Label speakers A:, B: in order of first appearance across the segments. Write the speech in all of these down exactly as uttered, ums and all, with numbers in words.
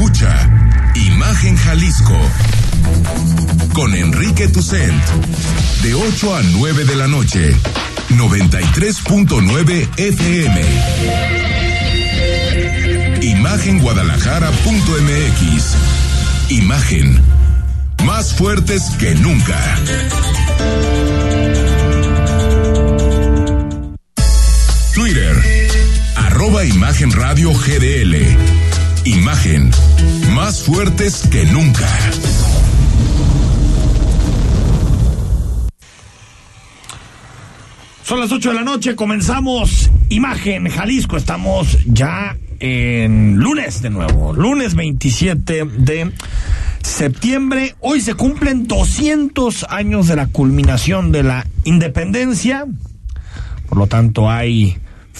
A: Escucha Imagen Jalisco con Enrique Tucent de ocho a nueve de la noche, noventa y tres punto nueve F M. Imagen Guadalajara punto M X. Imagen, más fuertes que nunca. Twitter, arroba Imagen Radio G D L. Imagen, más fuertes que nunca.
B: Son las ocho de la noche, comenzamos Imagen Jalisco. Estamos ya en lunes de nuevo, lunes veintisiete de septiembre. Hoy se cumplen doscientos años de la culminación de la independencia. Por lo tanto, hay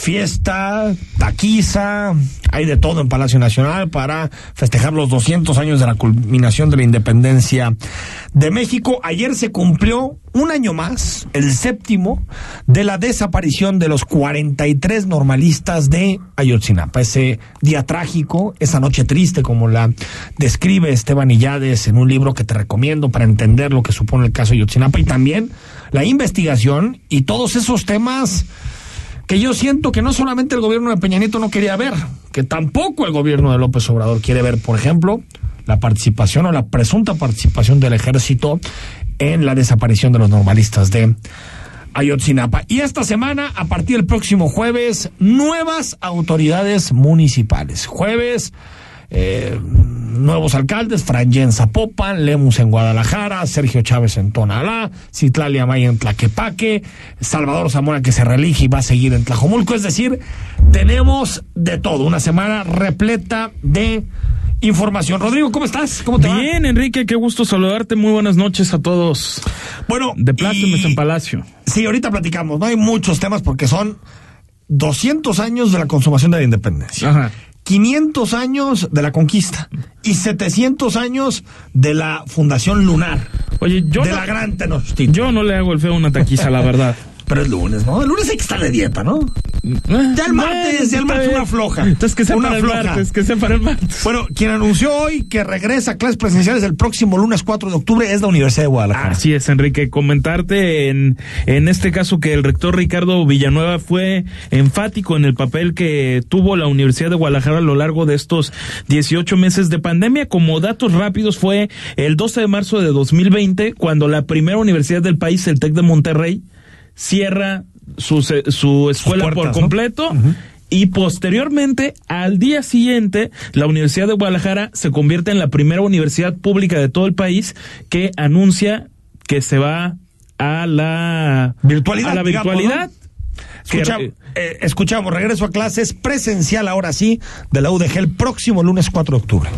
B: fiesta, taquiza, hay de todo en Palacio Nacional para festejar los doscientos años de la culminación de la independencia de México. Ayer se cumplió un año más, el séptimo, de la desaparición de los cuarenta y tres normalistas de Ayotzinapa. Ese día trágico, esa noche triste, como la describe Esteban Illades en un libro que te recomiendo para entender lo que supone el caso Ayotzinapa, y también la investigación y todos esos temas que yo siento que no solamente el gobierno de Peña Nieto no quería ver, que tampoco el gobierno de López Obrador quiere ver. Por ejemplo, la participación o la presunta participación del ejército en la desaparición de los normalistas de Ayotzinapa. Y esta semana, a partir del próximo jueves, nuevas autoridades municipales. Jueves, eh, nuevos alcaldes: Frangé en Zapopan, Lemus en Guadalajara, Sergio Chávez en Tonalá, Citlali Amaya en Tlaquepaque, Salvador Zamora, que se reelige y va a seguir en Tlajomulco. Es decir, tenemos de todo, una semana repleta de información. Rodrigo, ¿cómo estás? ¿Cómo te va?
C: Bien, Enrique, qué gusto saludarte. Muy buenas noches a todos.
B: Bueno,
C: de Plácemes
B: y...
C: en Palacio.
B: Sí, ahorita platicamos. No hay muchos temas porque son doscientos años de la consumación de la independencia.
C: Ajá.
B: quinientos años de la conquista y setecientos años de la Fundación Lunar.
C: Oye, yo
B: de
C: no,
B: la gran Tenochtitlan.
C: Yo no le hago el feo a una taquiza, la verdad.
B: Pero es lunes, ¿no? El lunes hay que estar de dieta, ¿no? Ya el martes, ya el martes una floja.
C: Entonces que sea
B: una
C: para el
B: floja.
C: martes, que sea para el martes.
B: Bueno, quien anunció hoy que regresa a clases presenciales el próximo lunes cuatro de octubre es la Universidad de Guadalajara.
C: Así es, Enrique. Comentarte en, en este caso que el rector Ricardo Villanueva fue enfático en el papel que tuvo la Universidad de Guadalajara a lo largo de estos dieciocho meses de pandemia. Como datos rápidos, fue el doce de marzo de dos mil veinte cuando la primera universidad del país, el TEC de Monterrey, cierra su, su escuela puertas, por completo, ¿no? Uh-huh. Y posteriormente, al día siguiente, la Universidad de Guadalajara se convierte en la primera universidad pública de todo el país que anuncia que se va a la
B: virtualidad.
C: A la virtualidad.
B: Digamos, ¿no? Escucha, eh, escuchamos, regreso a clases presencial ahora sí de la U D G el próximo lunes cuatro de octubre.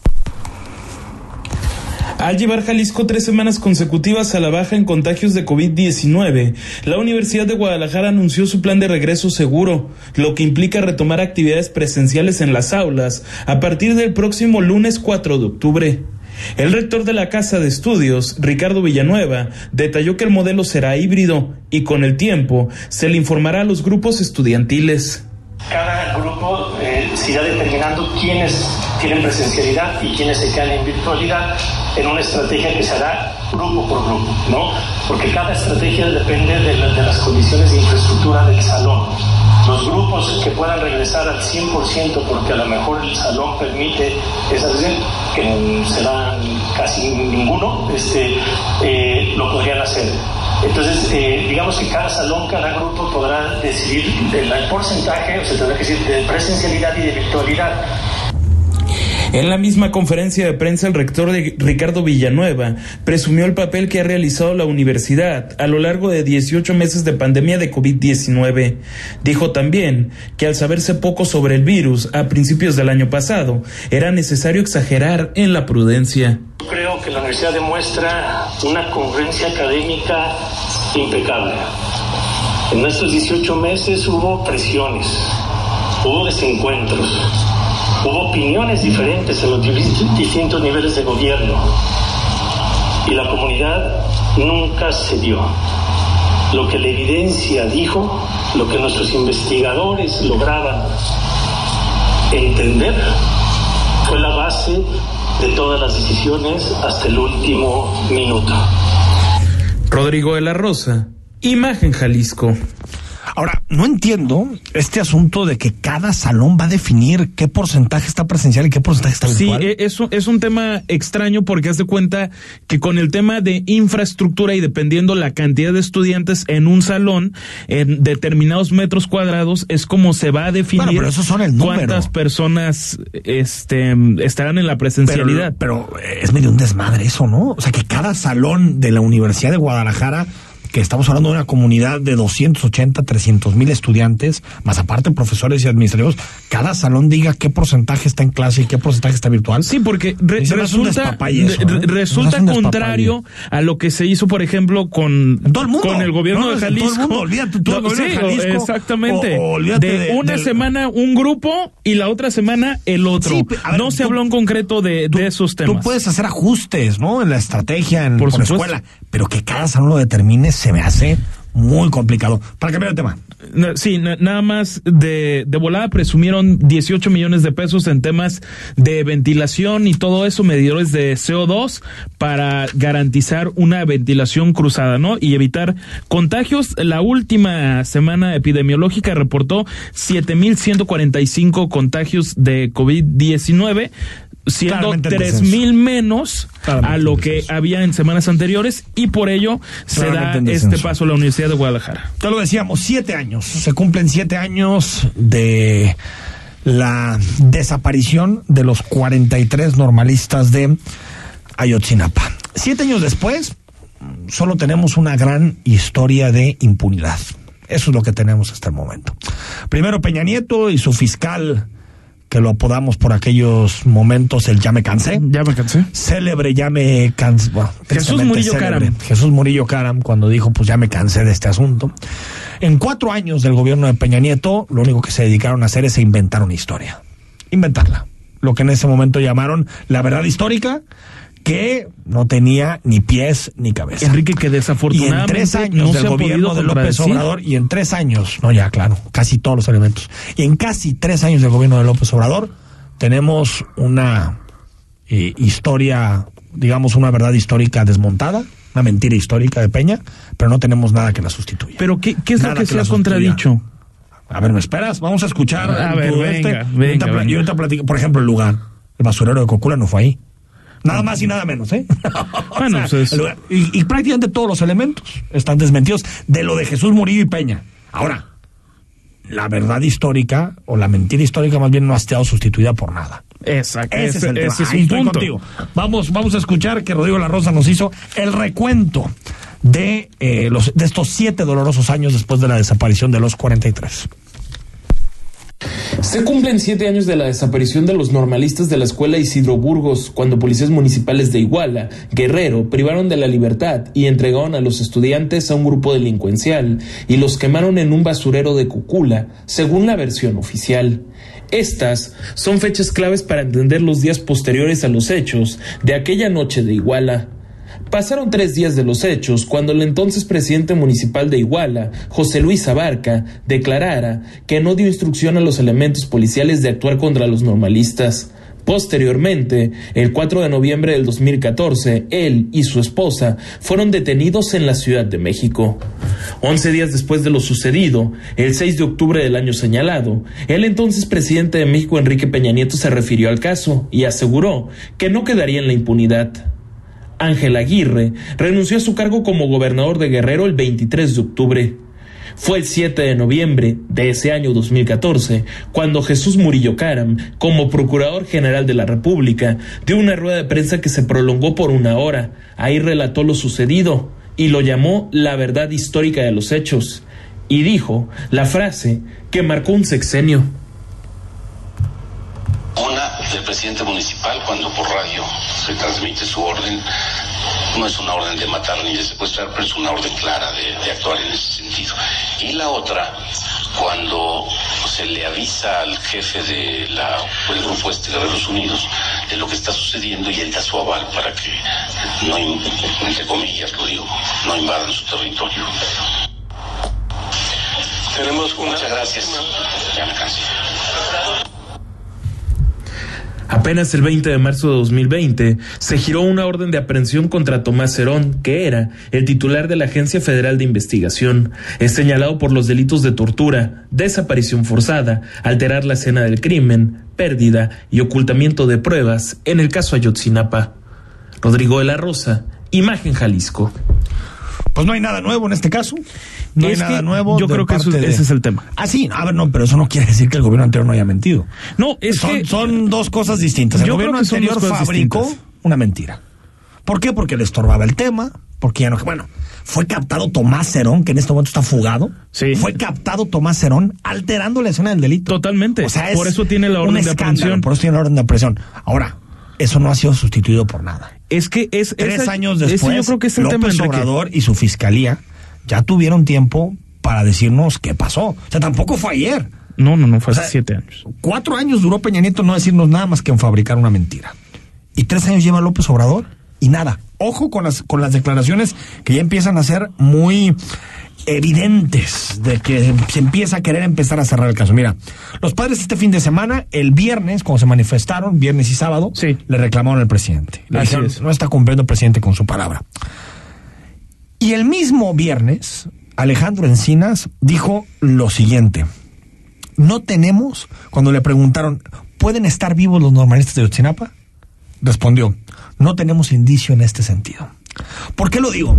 C: Al llevar Jalisco tres semanas consecutivas a la baja en contagios de COVID diecinueve, la Universidad de Guadalajara anunció su plan de regreso seguro, lo que implica retomar actividades presenciales en las aulas a partir del próximo lunes cuatro de octubre. El rector de la Casa de Estudios, Ricardo Villanueva, detalló que el modelo será híbrido y con el tiempo se le informará a los grupos estudiantiles.
D: Cada grupo eh, se irá determinando quiénes tienen presencialidad y quiénes se quedan en virtualidad en una estrategia que se hará grupo por grupo, ¿no? Porque cada estrategia depende de, la, de las condiciones de infraestructura del salón. Los grupos que puedan regresar al cien por ciento porque a lo mejor el salón permite esa decisión, que será casi ninguno, este, eh, lo podrían hacer. Entonces, eh, digamos que cada salón, cada grupo podrá decidir el porcentaje, o sea, tendrá que decir de presencialidad y de virtualidad.
C: En la misma conferencia de prensa, el rector de Ricardo Villanueva presumió el papel que ha realizado la universidad a lo largo de dieciocho meses de pandemia de COVID diecinueve. Dijo también que al saberse poco sobre el virus a principios del año pasado, era necesario exagerar en la prudencia.
D: Creo que la universidad demuestra una congruencia académica impecable. En estos dieciocho meses hubo presiones, hubo desencuentros, hubo opiniones diferentes en los distintos niveles de gobierno y la comunidad nunca cedió. Lo que la evidencia dijo, lo que nuestros investigadores lograban entender, fue la base de todas las decisiones hasta el último minuto.
C: Rodrigo de la Rosa, Imagen Jalisco.
B: Ahora, no entiendo este asunto de que cada salón va a definir qué porcentaje está presencial y qué porcentaje está virtual.
C: Sí, es un, es un tema extraño porque haz de cuenta que con el tema de infraestructura y dependiendo la cantidad de estudiantes en un salón, en determinados metros cuadrados, es como se va a definir
B: bueno, pero esos son el número.
C: Cuántas personas este, estarán en la presencialidad.
B: Pero, pero es medio un desmadre eso, ¿no? O sea, que cada salón de la Universidad de Guadalajara, que estamos hablando de una comunidad de doscientos ochenta, trescientos mil estudiantes, más aparte profesores y administrativos, cada salón diga qué porcentaje está en clase y qué porcentaje está virtual.
C: Sí, porque re resulta, eso, ¿eh? resulta contrario a lo que se hizo, por ejemplo, con,
B: todo el, mundo.
C: con el gobierno
B: no,
C: de Jalisco.
B: Todo el mundo, olvídate, todo el gobierno
C: sí,
B: de Jalisco.
C: Exactamente.
B: O, o de,
C: de una
B: del...
C: semana un grupo y la otra semana el otro. Sí, ver, no se tú, habló en concreto de, tú, de esos temas.
B: Tú puedes hacer ajustes, ¿no? En la estrategia, en
C: por,
B: por la escuela, pero que cada salón lo determine se me hace muy complicado. Para cambiar el tema.
C: Sí, nada más de, de volada presumieron dieciocho millones de pesos en temas de ventilación y todo eso, medidores de C O dos para garantizar una ventilación cruzada, ¿no? Y evitar contagios. La última semana epidemiológica reportó siete mil ciento cuarenta y cinco contagios de COVID diecinueve. Siendo tres mil menos a lo que había en semanas anteriores y por ello se da este paso a la Universidad de Guadalajara.
B: Ya lo decíamos, siete años. Se cumplen siete años de la desaparición de los cuarenta y tres normalistas de Ayotzinapa. Siete años después, solo tenemos una gran historia de impunidad. Eso es lo que tenemos hasta el momento. Primero Peña Nieto y su fiscal, que lo apodamos por aquellos momentos el ya me cansé.
C: Ya me cansé.
B: Célebre ya me cansé. Bueno,
C: Jesús Murillo Caram.
B: Jesús Murillo Caram, cuando dijo, pues ya me cansé de este asunto. En cuatro años del gobierno de Peña Nieto, lo único que se dedicaron a hacer es a inventar una historia. Inventarla. Lo que en ese momento llamaron la verdad histórica, que no tenía ni pies ni cabeza.
C: Enrique, que desafortunadamente
B: y en tres años
C: no
B: del
C: se
B: gobierno de López Obrador, y en tres años, no ya, claro, casi todos los elementos, y en casi tres años del gobierno de López Obrador, tenemos una eh, historia, digamos, una verdad histórica desmontada, una mentira histórica de Peña, pero no tenemos nada que la sustituya.
C: ¿Pero qué, qué es
B: nada
C: lo que, que se ha
B: sustituya.
C: contradicho?
B: A ver, ¿me esperas? Vamos a escuchar.
C: A ver, venga,
B: este.
C: venga,
B: yo te,
C: venga.
B: yo te platico, por ejemplo, el lugar, el basurero de Cocula no fue ahí. Nada más y nada menos, ¿eh?
C: Bueno, o sea, pues es...
B: y, y prácticamente todos los elementos están desmentidos de lo de Jesús Murillo y Peña. Ahora, la verdad histórica, o la mentira histórica más bien, no ha estado sustituida por nada.
C: Exacto.
B: Ese, ese es el tema.
C: Ese es
B: Ahí
C: un
B: estoy
C: punto.
B: contigo. Vamos, vamos a escuchar que Rodrigo La Rosa nos hizo el recuento de, eh, los, de estos siete dolorosos años después de la desaparición de los cuarenta y tres.
E: Se cumplen siete años de la desaparición de los normalistas de la escuela Isidro Burgos, cuando policías municipales de Iguala, Guerrero, privaron de la libertad y entregaron a los estudiantes a un grupo delincuencial y los quemaron en un basurero de Cocula, según la versión oficial. Estas son fechas claves para entender los días posteriores a los hechos de aquella noche de Iguala. Pasaron tres días de los hechos cuando el entonces presidente municipal de Iguala, José Luis Abarca, declarara que no dio instrucción a los elementos policiales de actuar contra los normalistas. Posteriormente, el cuatro de noviembre del dos mil catorce, él y su esposa fueron detenidos en la Ciudad de México. Once días después de lo sucedido, el seis de octubre del año señalado, el entonces presidente de México, Enrique Peña Nieto, se refirió al caso y aseguró que no quedaría en la impunidad. Ángel Aguirre renunció a su cargo como gobernador de Guerrero el veintitrés de octubre. Fue el siete de noviembre de ese año dos mil catorce cuando Jesús Murillo Caram, como Procurador General de la República, dio una rueda de prensa que se prolongó por una hora. Ahí relató lo sucedido y lo llamó la verdad histórica de los hechos. Y dijo la frase que marcó un sexenio.
F: Una del presidente municipal, cuando por radio se transmite su orden, no es una orden de matar ni de secuestrar, pero es una orden clara de, de actuar en ese sentido. Y la otra, cuando se le avisa al jefe de la, del grupo este de Guerreros Unidos de lo que está sucediendo y él da su aval para que, no, entre comillas lo digo, no invadan su territorio. Tenemos una... Muchas gracias. Ya me cansé.
E: A Apenas el veinte de marzo de dos mil veinte se giró una orden de aprehensión contra Tomás Herón, que era el titular de la Agencia Federal de Investigación. Es señalado por los delitos de tortura, desaparición forzada, alterar la escena del crimen, pérdida y ocultamiento de pruebas en el caso Ayotzinapa. Rodrigo de la Rosa, Imagen Jalisco.
B: Pues no hay nada nuevo en este caso. No
C: es
B: hay nada
C: que
B: nuevo.
C: Yo creo que eso, de... ese es el tema.
B: Ah, sí, a ver, no, pero eso no quiere decir que el gobierno anterior no haya mentido.
C: No, es
B: son,
C: que...
B: Son dos cosas distintas. El
C: yo
B: gobierno
C: creo que
B: anterior
C: son dos cosas
B: fabricó
C: distintas.
B: una mentira. ¿Por qué? Porque le estorbaba el tema, porque ya no... Bueno, fue captado Tomás Herón, que en este momento está fugado.
C: Sí.
B: Fue captado Tomás Herón alterando la escena del delito.
C: Totalmente.
B: O sea, es
C: por eso tiene la orden
B: un
C: de
B: escándalo,
C: aprehensión.
B: Por eso tiene la orden de aprehensión. Ahora, eso no ha sido sustituido por nada.
C: Es que es...
B: Tres
C: esa,
B: años después,
C: ese yo creo que es el
B: López
C: tema, Enrique.
B: Obrador y su fiscalía ya tuvieron tiempo para decirnos qué pasó. O sea, tampoco fue ayer.
C: No, no, no, fue
B: O sea,
C: hace siete años.
B: Cuatro años duró Peña Nieto no decirnos nada más que en fabricar una mentira. Y tres años lleva López Obrador y nada. Ojo con las, con las declaraciones que ya empiezan a ser muy evidentes de que se empieza a querer empezar a cerrar el caso. Mira, los padres este fin de semana, el viernes, cuando se manifestaron, viernes y sábado,
C: sí.
B: le reclamaron al presidente. Le
C: Así
B: dijeron,
C: es.
B: no está cumpliendo el presidente con su palabra. Y el mismo viernes, Alejandro Encinas dijo lo siguiente: no tenemos, cuando le preguntaron, ¿pueden estar vivos los normalistas de Ayotzinapa? Respondió, no tenemos indicio en este sentido. ¿Por qué lo digo?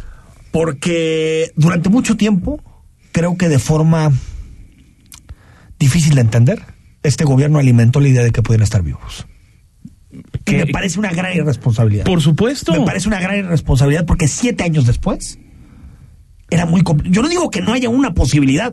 B: Porque durante mucho tiempo, creo que de forma difícil de entender, este gobierno alimentó la idea de que pueden estar vivos. Y me parece una gran irresponsabilidad.
C: Por supuesto.
B: Me parece una gran irresponsabilidad porque siete años después era muy compl- yo no digo que no haya una posibilidad,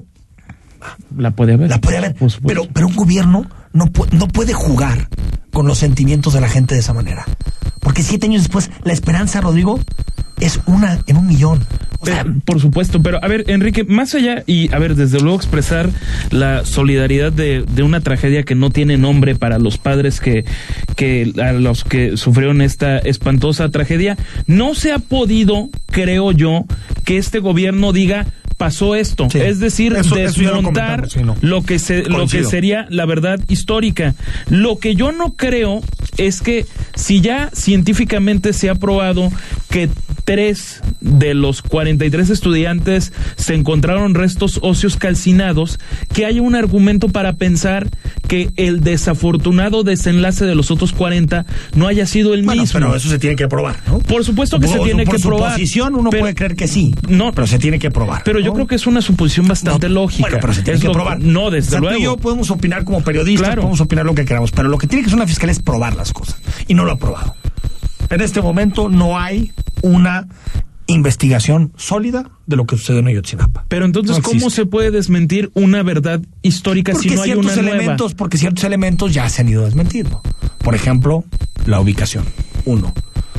C: La puede haber.
B: la puede haber,
C: Por supuesto.
B: pero, pero un gobierno no, pu- no puede jugar con los sentimientos de la gente de esa manera. Porque siete años después, la esperanza, Rodrigo, es una en un millón. O sea,
C: Pero, por supuesto, pero a ver, Enrique, más allá, y a ver, desde luego expresar la solidaridad de, de una tragedia que no tiene nombre para los padres que, que a los que sufrieron esta espantosa tragedia, no se ha podido, creo yo, que este gobierno diga pasó esto,
B: sí.
C: es decir,
B: Eso- eso ya lo
C: desmontar
B: comentamos, sí, no.
C: lo que se, lo que
B: Coincido.
C: sería la verdad histórica. Lo que yo no creo es que si ya científicamente se ha probado que tres de los cuarenta y tres estudiantes se encontraron restos óseos calcinados, que haya un argumento para pensar que el desafortunado desenlace de los otros cuarenta no haya sido el
B: bueno,
C: mismo.
B: pero eso se tiene que probar, ¿no?
C: Por supuesto que
B: Por-
C: se tiene
B: por
C: que
B: su
C: probar.
B: posición uno
C: pero-
B: puede creer que sí,
C: No,
B: pero se tiene que probar.
C: Pero yo
B: ¿no?
C: creo que es una suposición bastante
B: No,
C: lógica.
B: Bueno, pero se tiene
C: Es
B: que
C: lo-
B: probar.
C: No, desde
B: O sea,
C: luego.
B: tú y yo podemos opinar como periodistas,
C: Claro.
B: podemos opinar lo que queramos, pero lo que tiene que hacer una fiscalía es probar las cosas. Y no lo ha probado. En este momento no hay una investigación sólida de lo que sucedió en Ayotzinapa.
C: Pero entonces,
B: No
C: ¿cómo
B: existe.
C: se puede desmentir una verdad histórica
B: Porque
C: si no hay
B: ciertos
C: una nueva?
B: elementos, porque ciertos elementos ya se han ido desmentiendo. Por ejemplo, la ubicación. Uno.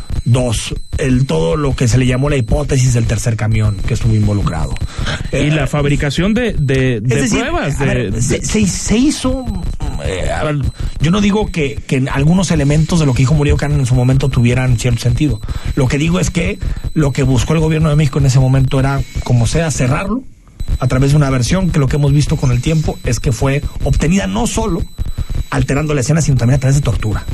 B: Dos, el todo lo que se le llamó la hipótesis del tercer camión que estuvo involucrado.
C: Y
B: Eh,
C: la fabricación de, de, de
B: es decir,
C: pruebas.
B: a
C: De,
B: ver,
C: de-
B: se, se- se hizo. eh, a ver, yo no digo que, que algunos elementos de lo que dijo Murillo Karam en su momento tuvieran cierto sentido. Lo que digo es que lo que buscó el gobierno de México en ese momento era, como sea, cerrarlo a través de una versión que lo que hemos visto con el tiempo es que fue obtenida no solo alterando la escena, sino también a través de tortura.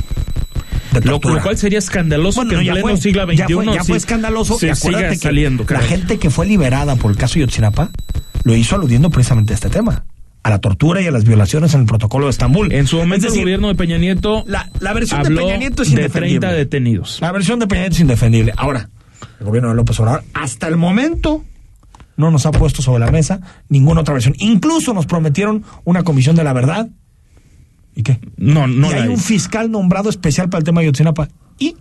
B: De
C: lo,
B: tortura.
C: lo cual sería escandaloso
B: Bueno,
C: que
B: no,
C: en
B: ya
C: pleno
B: fue,
C: siglo
B: ya
C: veintiuno
B: fue, ya fue
C: sí-
B: escandaloso.
C: se
B: y acuérdate
C: siga
B: que
C: saliendo.
B: la
C: caray.
B: gente que fue liberada por el caso Ayotzinapa lo hizo aludiendo precisamente a este tema, a la tortura y a las violaciones en el protocolo de Estambul.
C: En su momento
B: Es decir,
C: el gobierno de Peña Nieto
B: la, la versión de
C: habló
B: Peña Nieto es
C: de
B: indefendible.
C: treinta detenidos.
B: La versión de Peña Nieto es indefendible. Ahora, el gobierno de López Obrador, hasta el momento, no nos ha puesto sobre la mesa ninguna otra versión. Incluso nos prometieron una comisión de la verdad. ¿Y qué?
C: No, no
B: y
C: la
B: hay
C: hay.
B: un fiscal nombrado especial para el tema de Ayotzinapa. ¿Y?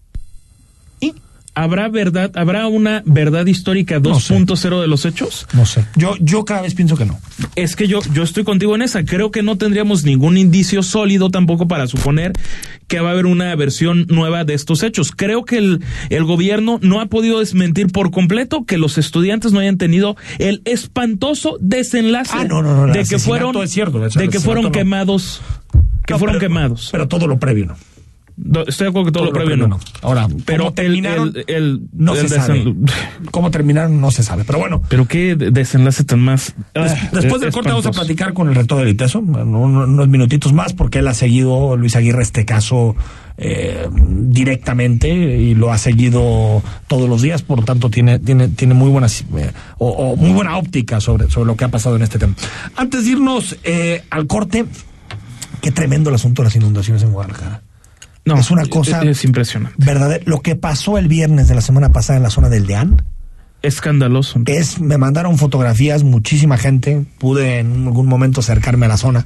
B: ¿Y?
C: ¿Habrá verdad, habrá una verdad histórica dos punto cero de los hechos?
B: No sé. Yo, yo cada vez pienso que no.
C: Es que yo, yo estoy contigo en esa. Creo que no tendríamos ningún indicio sólido tampoco para suponer que va a haber una versión nueva de estos hechos. Creo que el, el gobierno no ha podido desmentir por completo que los estudiantes no hayan tenido el espantoso desenlace
B: Ah, no, no, no, el
C: de que
B: asesinato
C: fueron,
B: es cierto, el
C: de que
B: asesinato
C: fueron
B: no.
C: quemados, que
B: No,
C: fueron
B: pero-
C: quemados.
B: Pero todo lo previo no.
C: Estoy de acuerdo que todo, todo lo previo no. no.
B: Ahora,
C: pero
B: ¿cómo terminaron?
C: El, el, el,
B: no
C: el
B: se sabe. ¿Cómo terminaron? No se sabe. Pero bueno.
C: Pero qué desenlace tan más.
B: Des, después del corte vamos a platicar con el rector del ITESO, unos minutitos más, porque él ha seguido, Luis Aguirre, este caso eh, directamente y lo ha seguido todos los días, por lo tanto tiene tiene tiene muy buenas eh, o, o muy buena óptica sobre, sobre lo que ha pasado en este tema. Antes de irnos eh, al corte, qué tremendo el asunto de las inundaciones en Guadalajara.
C: No,
B: es una cosa
C: es impresionante.
B: Verdadero. Lo que pasó el viernes de la semana pasada en la zona del Deán.
C: Escandaloso.
B: Es, me mandaron fotografías, muchísima gente. Pude en algún momento acercarme a la zona.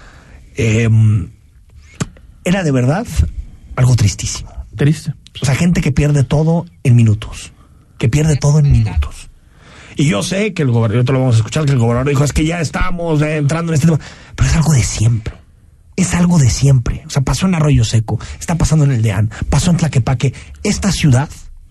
B: Eh, era de verdad algo tristísimo.
C: Triste.
B: O sea, gente que pierde todo en minutos. Que pierde todo en minutos. Y yo sé que el gobernador, yo te lo vamos a escuchar, que el gobernador dijo, es que ya estamos eh, entrando en este tema. Pero es algo de siempre. Es algo de siempre. O sea, pasó en Arroyo Seco, está pasando en el Deán, pasó en Tlaquepaque. Esta ciudad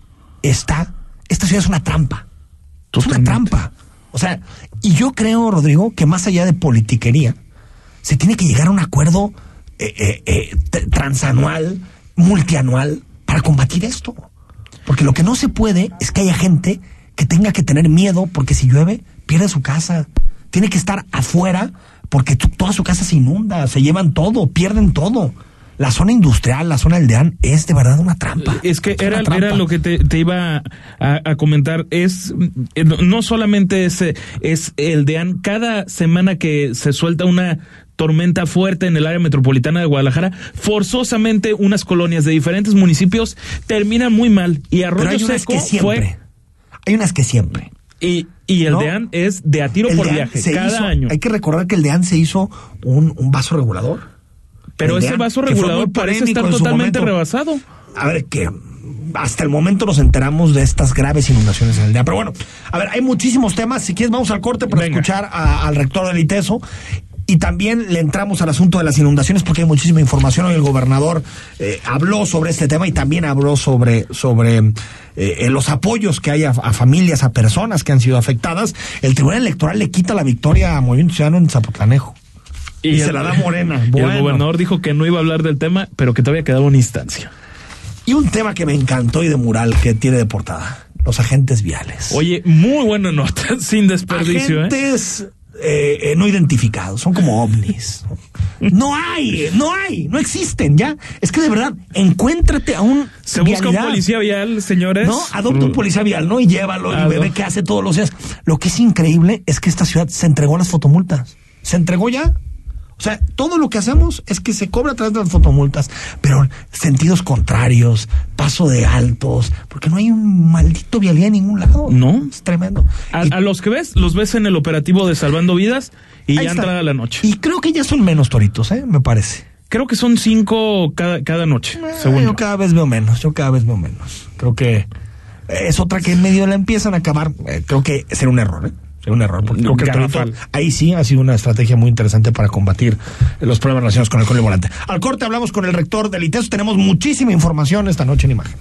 B: está, esta ciudad es una trampa. Totalmente. Es una trampa. O sea, y yo creo, Rodrigo, que más allá de politiquería, se tiene que llegar a un acuerdo eh, eh, eh, transanual, multianual, para combatir esto. Porque lo que no se puede es que haya gente que tenga que tener miedo porque si llueve, pierde su casa. Tiene que estar afuera porque t- toda su casa se inunda, se llevan todo, pierden todo. La zona industrial, la zona del Deán, es de verdad una trampa.
C: Es que
B: es
C: era, era lo que te, te iba a, a comentar. Es no solamente es, es el Deán, cada semana que se suelta una tormenta fuerte en el área metropolitana de Guadalajara, forzosamente unas colonias de diferentes municipios terminan muy mal. Y Arroyo
B: Pero hay unas
C: Seco
B: que siempre,
C: fue.
B: Hay unas que siempre.
C: Y, y el
B: ¿no?
C: Deán es de a tiro
B: El
C: por
B: Deán
C: viaje, cada
B: hizo,
C: año.
B: Hay que recordar que el Deán se hizo un, un vaso regulador.
C: Pero
B: el
C: ese
B: Deán,
C: vaso
B: que fue
C: regulador
B: muy
C: parece
B: polémico
C: estar
B: en su
C: totalmente
B: momento.
C: rebasado.
B: A ver, que hasta el momento nos enteramos de estas graves inundaciones en el Deán. Pero bueno, a ver, hay muchísimos temas. Si quieres, vamos al corte para
C: Venga.
B: escuchar a, al rector del ITESO. Y también le entramos al asunto de las inundaciones porque hay muchísima información. Hoy el gobernador eh, habló sobre este tema y también habló sobre, sobre eh, los apoyos que hay a, a familias, a personas que han sido afectadas. El Tribunal Electoral le quita la victoria a Movimiento Ciudadano en Zapotlanejo. Y, y el, se la da Morena.
C: Y
B: bueno.
C: el gobernador dijo que no iba a hablar del tema, pero que todavía quedaba una instancia.
B: Y un tema que me encantó y de mural que tiene de portada: los agentes viales.
C: Oye, muy buena nota, sin desperdicio.
B: Agentes ¿eh? Eh, eh, no identificados, son como ovnis. No hay, no hay, no existen ya. Es que de verdad, encuéntrate a un
C: Se busca vialidad. Un policía vial, señores.
B: No, adopta un policía vial, ¿no? Y llévalo ah, y ve qué hace todos los días. Lo que es increíble es que esta ciudad se entregó a las fotomultas. Se entregó ya. O sea, todo lo que hacemos es que se cobra a través de las fotomultas, pero sentidos contrarios, paso de altos, porque no hay un maldito vialidad en ningún lado.
C: No.
B: Es tremendo.
C: A,
B: y,
C: a los que ves, los ves en el operativo de Salvando Vidas y ya entrada la noche.
B: Y creo que ya son menos toritos, ¿eh? Me parece.
C: Creo que son cinco cada, cada noche.
B: Eh,
C: según
B: yo
C: yo.
B: cada vez veo menos, yo cada vez veo menos. Creo que es otra que en medio la empiezan a acabar. Eh, creo que será un error, ¿eh? Sería un error, porque creo que el torito, ahí sí ha sido una estrategia muy interesante para combatir los problemas relacionados con el alcohol y volante. Al corte hablamos con el rector del ITESO, tenemos muchísima información esta noche en Imagen.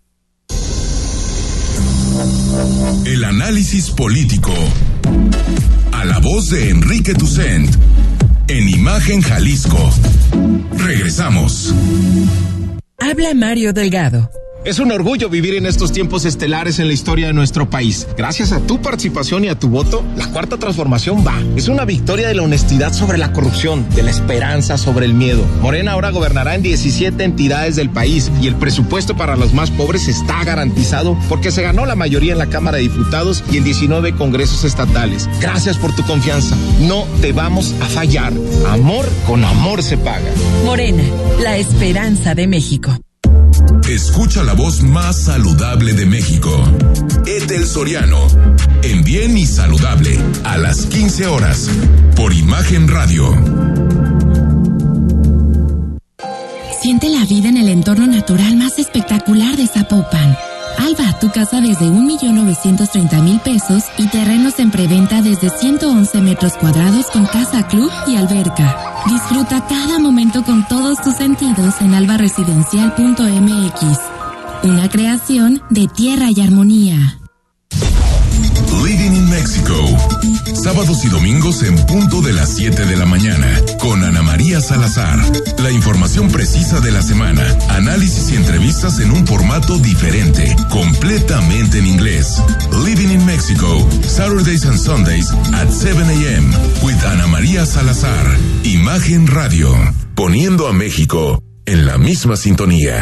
A: El análisis político a la voz de Enrique Tucent en Imagen Jalisco. Regresamos.
G: Habla Mario Delgado.
H: Es un orgullo vivir en estos tiempos estelares en la historia de nuestro país. Gracias a tu participación y a tu voto, la Cuarta Transformación va. Es una victoria de la honestidad sobre la corrupción, de la esperanza sobre el miedo. Morena ahora gobernará en diecisiete entidades del país y el presupuesto para los más pobres está garantizado porque se ganó la mayoría en la Cámara de Diputados y en diecinueve congresos estatales. Gracias por tu confianza. No te vamos a fallar. Amor con amor se paga.
G: Morena, la esperanza de México.
A: Escucha la voz más saludable de México. Ethel Soriano, en Bien y Saludable, a las quince horas, por Imagen Radio.
I: Siente la vida en el entorno natural más espectacular de Zapopan. Alba, tu casa desde un millón novecientos treinta mil pesos y terrenos en preventa desde ciento once metros cuadrados con casa club y alberca. Disfruta cada momento con todos tus sentidos en alba residencial punto m x. Una creación de tierra y armonía.
A: Living in Mexico. Sábados y domingos en punto de las siete de la mañana, con Ana María Salazar. La información precisa de la semana, análisis y entrevistas en un formato diferente, completamente en inglés. Living in Mexico, Saturdays and Sundays at seven a.m. with Ana María Salazar. Imagen Radio, poniendo a México en la misma sintonía.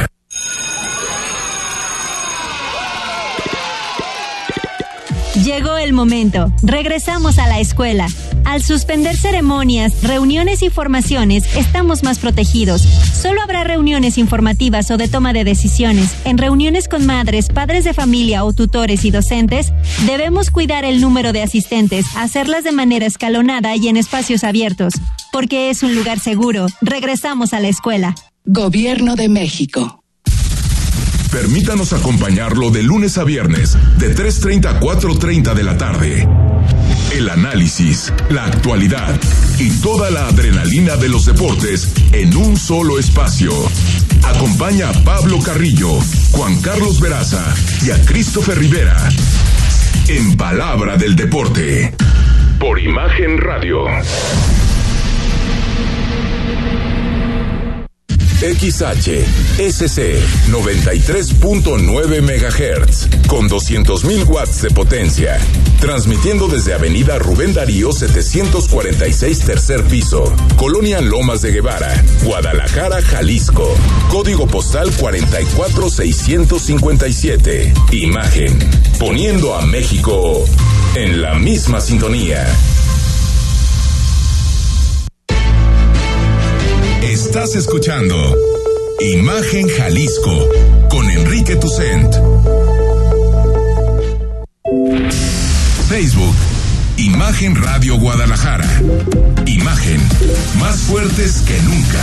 J: Llegó el momento. Regresamos a la escuela. Al suspender ceremonias, reuniones y formaciones, estamos más protegidos. Solo habrá reuniones informativas o de toma de decisiones. En reuniones con madres, padres de familia o tutores y docentes, debemos cuidar el número de asistentes, hacerlas de manera escalonada y en espacios abiertos. Porque es un lugar seguro. Regresamos a la escuela.
K: Gobierno de México.
A: Permítanos acompañarlo de lunes a viernes, de tres treinta a cuatro treinta de la tarde. El análisis, la actualidad y toda la adrenalina de los deportes en un solo espacio. Acompaña a Pablo Carrillo, Juan Carlos Veraza y a Christopher Rivera. En Palabra del Deporte. Por Imagen Radio. X H S C noventa y tres punto nueve megahertz con doscientos mil watts de potencia, transmitiendo desde Avenida Rubén Darío setecientos cuarenta y seis tercer piso, Colonia Lomas de Guevara, Guadalajara, Jalisco, código postal cuarenta y cuatro mil seiscientos cincuenta y siete. Imagen, poniendo a México en la misma sintonía. Estás escuchando Imagen Jalisco con Enrique Tucent. Facebook, Imagen Radio Guadalajara. Imagen, más fuertes que nunca.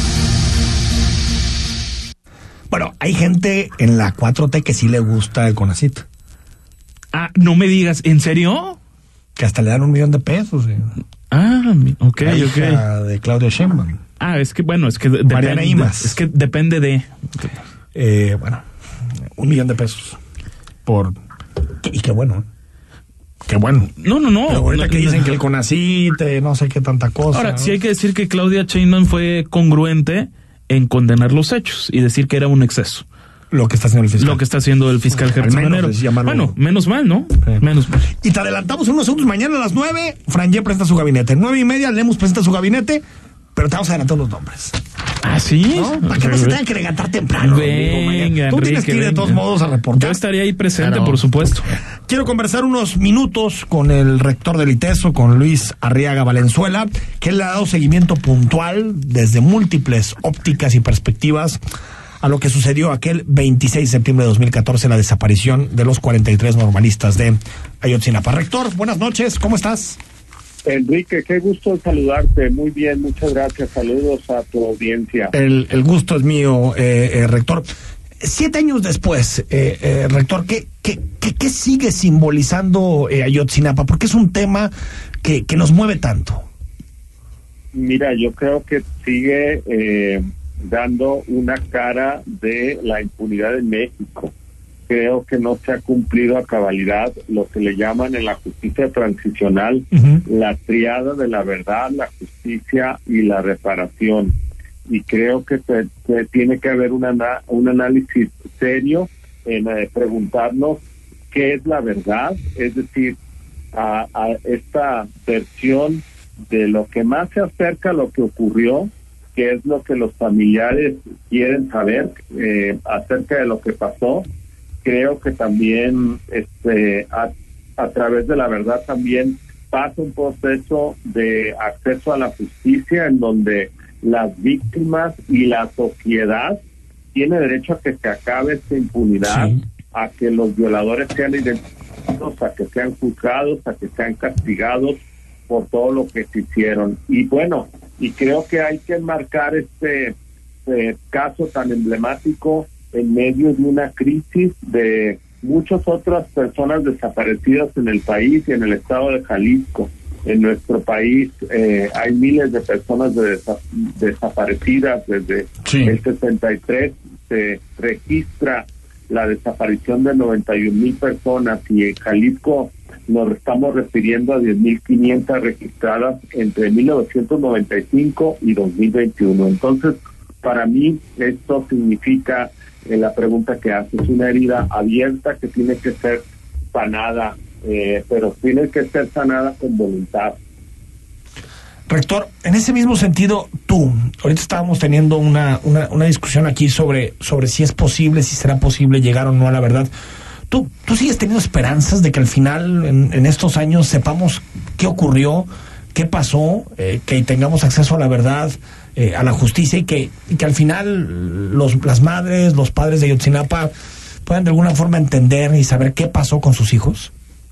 B: Bueno, hay gente en la cuatro T que sí le gusta el CONACYT.
C: Ah, no me digas, ¿en serio?
B: Que hasta le dan un millón de pesos. ¿Sí?
C: Ah, ok,
B: la
C: ok.
B: Hija de Claudia Sheinbaum.
C: Ah, es que, bueno, es que
B: Mariana
C: depende,
B: Imas.
C: es que depende de...
B: Eh, bueno, un millón de pesos. Por... Y qué bueno, qué bueno.
C: No, no, no.
B: Pero ahorita
C: no,
B: que dicen
C: no.
B: que el CONACYT, no sé qué tanta cosa.
C: Ahora,
B: ¿no?
C: sí hay que decir que Claudia Sheinbaum fue congruente en condenar los hechos y decir que era un exceso.
B: Lo que está haciendo el fiscal.
C: Lo que está haciendo el fiscal Gertz Manero. Bueno, menos mal, ¿no? Sí. Menos mal.
B: Y te adelantamos unos segundos. Mañana a las nueve, Franje presenta su gabinete. Nueve y media, Lemus presenta su gabinete. Pero te vamos a adelantar los nombres.
C: ¿Ah, sí?
B: ¿No? Para que no se tengan que regatar temprano.
C: Venga,
B: Tú tienes
C: Enrique,
B: que ir de
C: venga.
B: todos modos a reportar.
C: Yo estaría ahí presente,
B: Claro.
C: por supuesto.
B: Quiero conversar unos minutos con el rector del ITESO, con Luis Arriaga Valenzuela, que él le ha dado seguimiento puntual desde múltiples ópticas y perspectivas a lo que sucedió aquel veintiséis de septiembre de dos mil catorce, la desaparición de los cuarenta y tres normalistas de Ayotzinapa. Rector, buenas noches, ¿cómo estás?
L: Enrique, qué gusto saludarte. Muy bien, muchas gracias. Saludos a tu audiencia.
B: El, el gusto es mío, eh, eh, rector. Siete años después, eh, eh, rector, ¿qué, qué, qué, qué sigue simbolizando eh, Ayotzinapa? Porque es un tema que, que nos mueve tanto.
L: Mira, yo creo que sigue eh, dando una cara de la impunidad en México. Creo que no se ha cumplido a cabalidad lo que le llaman en la justicia transicional uh-huh. la triada de la verdad, la justicia y la reparación. Y creo que se, se tiene que haber una, un análisis serio en eh, preguntarnos qué es la verdad, es decir, a, a esta versión de lo que más se acerca a lo que ocurrió, que es lo que los familiares quieren saber eh, acerca de lo que pasó. Creo que también este a, a través de la verdad también pasa un proceso de acceso a la justicia en donde las víctimas y la sociedad tiene derecho a que se acabe esta impunidad, sí. a que los violadores sean identificados, a que sean juzgados, a que sean castigados por todo lo que se hicieron. Y bueno, y creo que hay que enmarcar este eh, caso tan emblemático en medio de una crisis de muchas otras personas desaparecidas en el país y en el estado de Jalisco. En nuestro país eh, hay miles de personas de desa- desaparecidas. Desde sí. el sesenta y tres se registra la desaparición de noventa y un mil personas y en Jalisco nos estamos refiriendo a diez mil quinientas registradas entre mil novecientos noventa y cinco y dos mil veintiuno. Entonces, para mí, esto significa, eh, la pregunta que hace, es una herida abierta que tiene que ser sanada, eh, pero tiene que ser sanada con voluntad.
B: Rector, en ese mismo sentido, tú, ahorita estábamos teniendo una, una, una discusión aquí sobre, sobre si es posible, si será posible llegar o no a la verdad. ¿Tú, tú sigues teniendo esperanzas de que al final, en, en estos años, sepamos qué ocurrió, qué pasó, eh, que tengamos acceso a la verdad, eh, a la justicia, y que, y que al final los, las madres, los padres de Ayotzinapa puedan de alguna forma entender y saber qué pasó con sus hijos?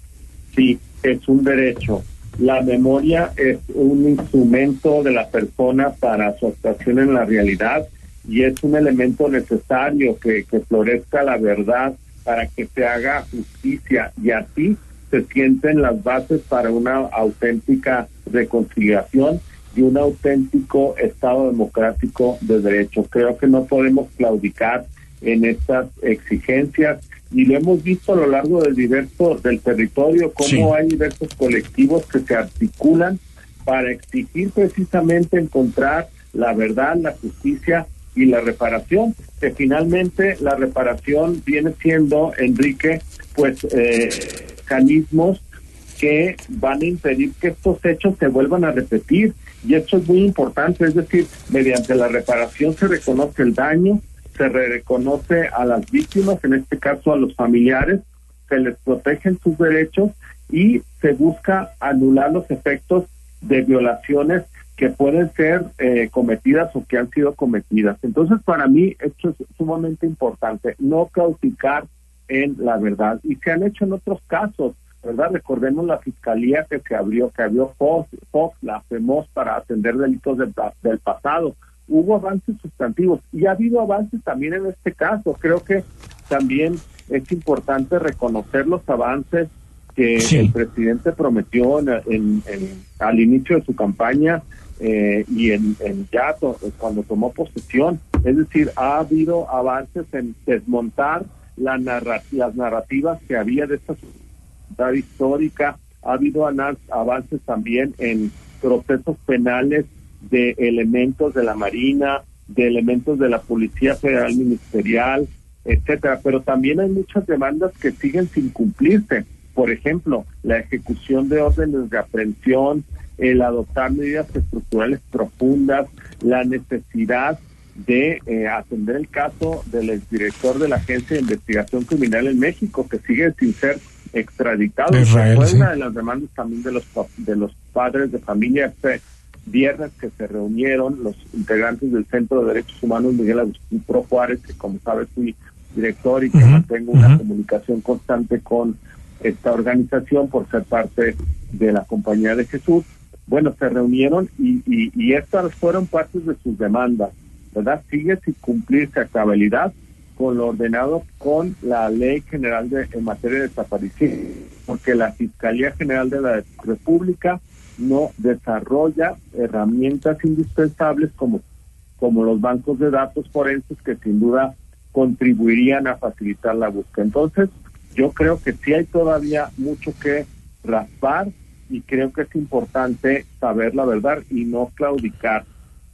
L: Sí, es un derecho. La memoria es un instrumento de la persona para su actuación en la realidad y es un elemento necesario que, que florezca la verdad para que se haga justicia, y así se sienten las bases para una auténtica reconciliación y un auténtico Estado democrático de derecho. Creo que no podemos claudicar en estas exigencias, y lo hemos visto a lo largo del diverso del territorio, cómo sí. hay diversos colectivos que se articulan para exigir precisamente encontrar la verdad, la justicia y la reparación, que finalmente la reparación viene siendo, Enrique, pues eh, mecanismos que van a impedir que estos hechos se vuelvan a repetir, y esto es muy importante, es decir, mediante la reparación se reconoce el daño, se reconoce a las víctimas, en este caso a los familiares, se les protegen sus derechos y se busca anular los efectos de violaciones que pueden ser eh, cometidas o que han sido cometidas. Entonces, para mí, esto es sumamente importante, no claudicar en la verdad. Y se han hecho en otros casos, ¿verdad? Recordemos la fiscalía que se abrió, que abrió Fox, Fox la FEMOS, para atender delitos del, del pasado. Hubo avances sustantivos y ha habido avances también en este caso. Creo que también es importante reconocer los avances que sí. el presidente prometió en, en, en, al inicio de su campaña eh, y en, en ya to, cuando tomó posesión. Es decir, ha habido avances en desmontar la narra, las narrativas que había de esta sociedad histórica. Ha habido avances también en procesos penales de elementos de la Marina, de elementos de la Policía Federal Ministerial, etcétera, pero también hay muchas demandas que siguen sin cumplirse. Por ejemplo, la ejecución de órdenes de aprehensión, el adoptar medidas estructurales profundas, la necesidad de eh, atender el caso del exdirector de la Agencia de Investigación Criminal en México, que sigue sin ser extraditado.
B: Israel,
L: Fue
B: sí.
L: una de las demandas también de los de los padres de familia. Este viernes que se reunieron los integrantes del Centro de Derechos Humanos Miguel Agustín Pro Juárez, que como sabes fui director y que uh-huh. mantengo una uh-huh. comunicación constante con esta organización por ser parte de la Compañía de Jesús. Bueno, se reunieron y, y, y estas fueron partes de sus demandas, ¿verdad? Sigue sin cumplirse a cabalidad con lo ordenado con la Ley General de en materia de desaparición, porque la Fiscalía General de la República no desarrolla herramientas indispensables como, como los bancos de datos forenses, que sin duda contribuirían a facilitar la búsqueda. Entonces, yo creo que sí hay todavía mucho que raspar y creo que es importante saber la verdad y no claudicar.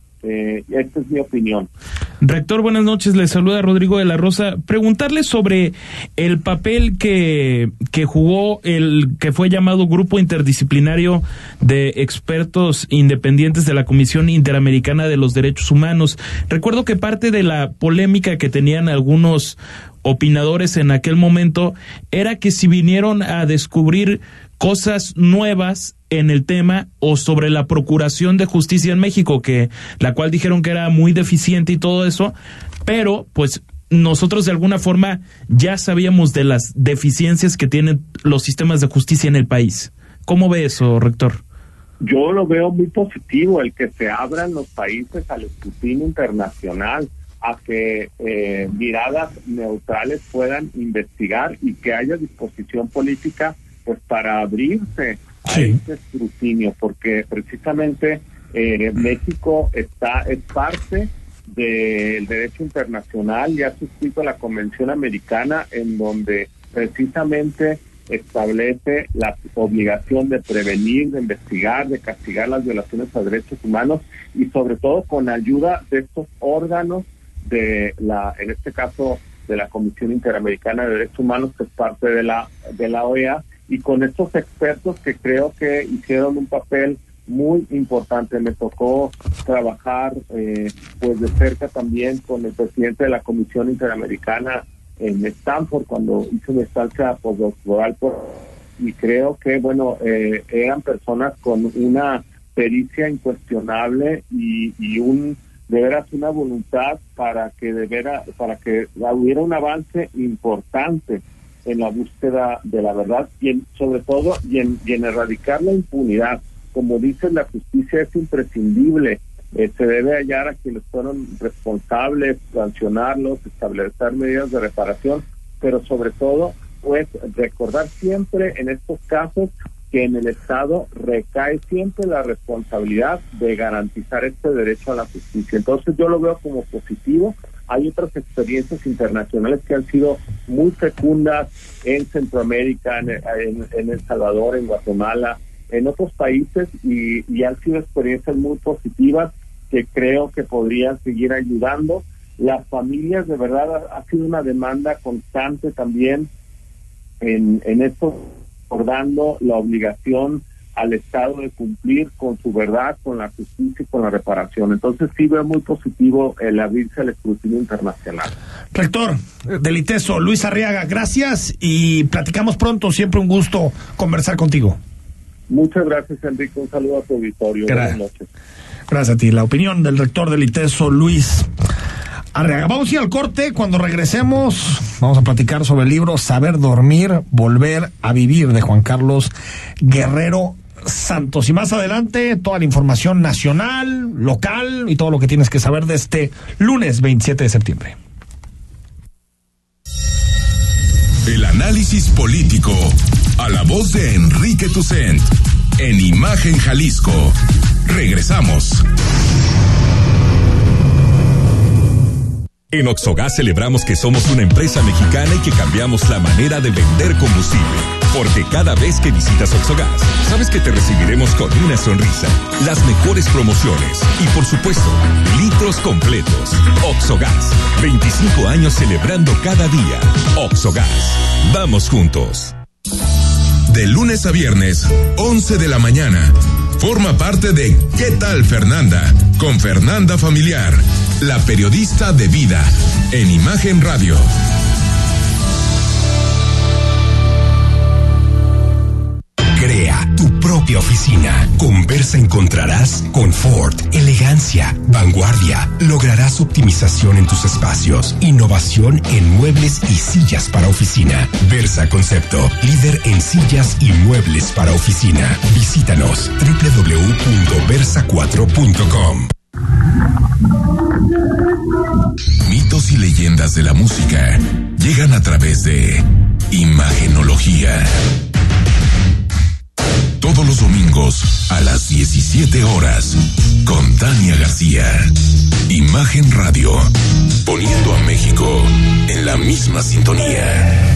L: Eh, esta es mi opinión.
C: Rector, buenas noches, le saluda Rodrigo de la Rosa. Preguntarle sobre el papel que, que jugó el que fue llamado Grupo Interdisciplinario de Expertos Independientes de la Comisión Interamericana de los Derechos Humanos. Recuerdo que parte de la polémica que tenían algunos opinadores en aquel momento era que si vinieron a descubrir cosas nuevas en el tema o sobre la Procuración de Justicia en México, que la cual dijeron que era muy deficiente y todo eso, pero pues nosotros de alguna forma ya sabíamos de las deficiencias que tienen los sistemas de justicia en el país. ¿Cómo ve eso, rector?
L: Yo lo veo muy positivo, el que se abran los países al escrutinio internacional, a que eh, miradas neutrales puedan investigar y que haya disposición política pues para abrirse a sí. este escrutinio, porque precisamente eh, México está es parte del derecho internacional y ha suscrito la Convención Americana, en donde precisamente establece la obligación de prevenir, de investigar, de castigar las violaciones a derechos humanos y sobre todo con ayuda de estos órganos de la, en este caso, de la Comisión Interamericana de Derechos Humanos, que es parte de la de la O E A, y con estos expertos que creo que hicieron un papel muy importante. Me tocó trabajar eh, pues de cerca también con el presidente de la Comisión Interamericana en Stanford cuando hice una estancia postdoctoral por, y creo que bueno eh, eran personas con una pericia incuestionable y, y un de veras una voluntad para que de veras para que hubiera un avance importante en la búsqueda de la verdad y en, sobre todo y en, y en erradicar la impunidad. Como dice, la justicia es imprescindible, eh, se debe hallar a quienes fueron responsables, sancionarlos, establecer medidas de reparación, pero sobre todo pues recordar siempre en estos casos que en el Estado recae siempre la responsabilidad de garantizar este derecho a la justicia. Entonces yo lo veo como positivo. Hay otras experiencias internacionales que han sido muy fecundas en Centroamérica, en, en, en El Salvador, en Guatemala, en otros países, y, y han sido experiencias muy positivas que creo que podrían seguir ayudando. Las familias, de verdad, ha, ha sido una demanda constante también en, en esto, recordando la obligación al Estado de cumplir con su verdad, con la justicia y con la reparación. Entonces sí veo muy positivo el abrirse al escrutinio internacional.
B: Rector del ITESO, Luis Arriaga, gracias y platicamos pronto. Siempre un gusto conversar contigo.
L: Muchas gracias, Enrique. Un saludo a tu auditorio.
B: Gra-
L: Buenas noches.
B: Gracias a ti. La opinión del rector del ITESO, Luis Arriaga. Vamos a ir al corte. Cuando regresemos, vamos a platicar sobre el libro Saber Dormir, Volver a Vivir, de Juan Carlos Guerrero Santos. Y más adelante, toda la información nacional, local y todo lo que tienes que saber de este lunes veintisiete de septiembre.
A: El análisis político a la voz de Enrique Tucent en Imagen Jalisco. Regresamos.
M: En Oxogas celebramos que somos una empresa mexicana y que cambiamos la manera de vender combustible. Porque cada vez que visitas Oxogas, sabes que te recibiremos con una sonrisa, las mejores promociones y, por supuesto, litros completos. Oxogas, veinticinco años celebrando cada día. Oxogas, vamos juntos.
A: De lunes a viernes, once de la mañana. Forma parte de ¿Qué tal, Fernanda? Con Fernanda Familiar, la periodista de vida, en Imagen Radio.
N: Crea tu propia oficina. Con Versa encontrarás confort, elegancia, vanguardia. Lograrás optimización en tus espacios, innovación en muebles y sillas para oficina. Versa Concepto, líder en sillas y muebles para oficina. Visítanos doble u doble u doble u punto versa cuatro punto com.
A: Mitos y leyendas de la música llegan a través de Imagenología. Todos los domingos a las diecisiete horas con Tania García. Imagen Radio, poniendo a México en la misma sintonía.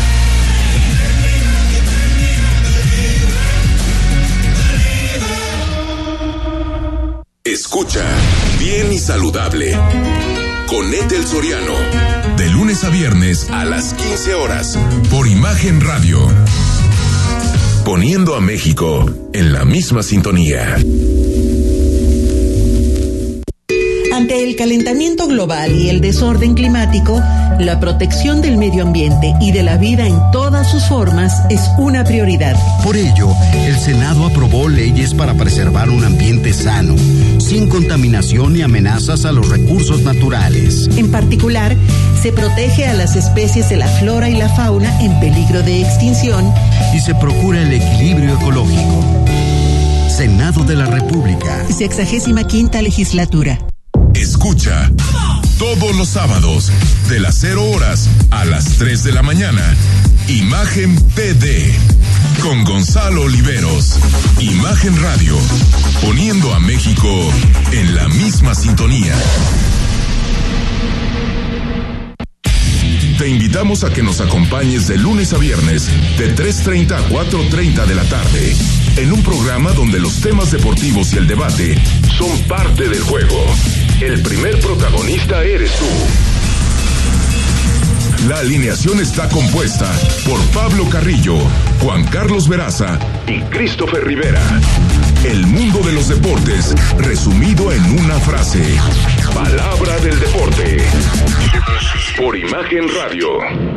A: Escucha Bien y Saludable con Ethel Soriano, de lunes a viernes a las quince horas por Imagen Radio. Poniendo a México en la misma sintonía.
O: Ante el calentamiento global y el desorden climático, la protección del medio ambiente y de la vida en todas sus formas es una prioridad.
P: Por ello, el Senado aprobó leyes para preservar un ambiente sano, sin contaminación ni amenazas a los recursos naturales.
O: En particular, se protege a las especies de la flora y la fauna en peligro de extinción
P: y se procura el equilibrio ecológico. Senado de la República.
O: Sexagésima quinta legislatura.
A: Escucha todos los sábados de las cero horas a las tres de la mañana. Imagen P D con Gonzalo Oliveros. Imagen Radio, poniendo a México en la misma sintonía. Te Te invitamos a que nos acompañes de lunes a viernes de tres treinta a cuatro treinta de la tarde en un programa donde los temas deportivos y el debate son parte del juego. El primer protagonista eres tú. La alineación está compuesta por Pablo Carrillo, Juan Carlos Veraza y Christopher Rivera. El mundo de los deportes resumido en una frase. Palabra del deporte. Por Imagen Radio.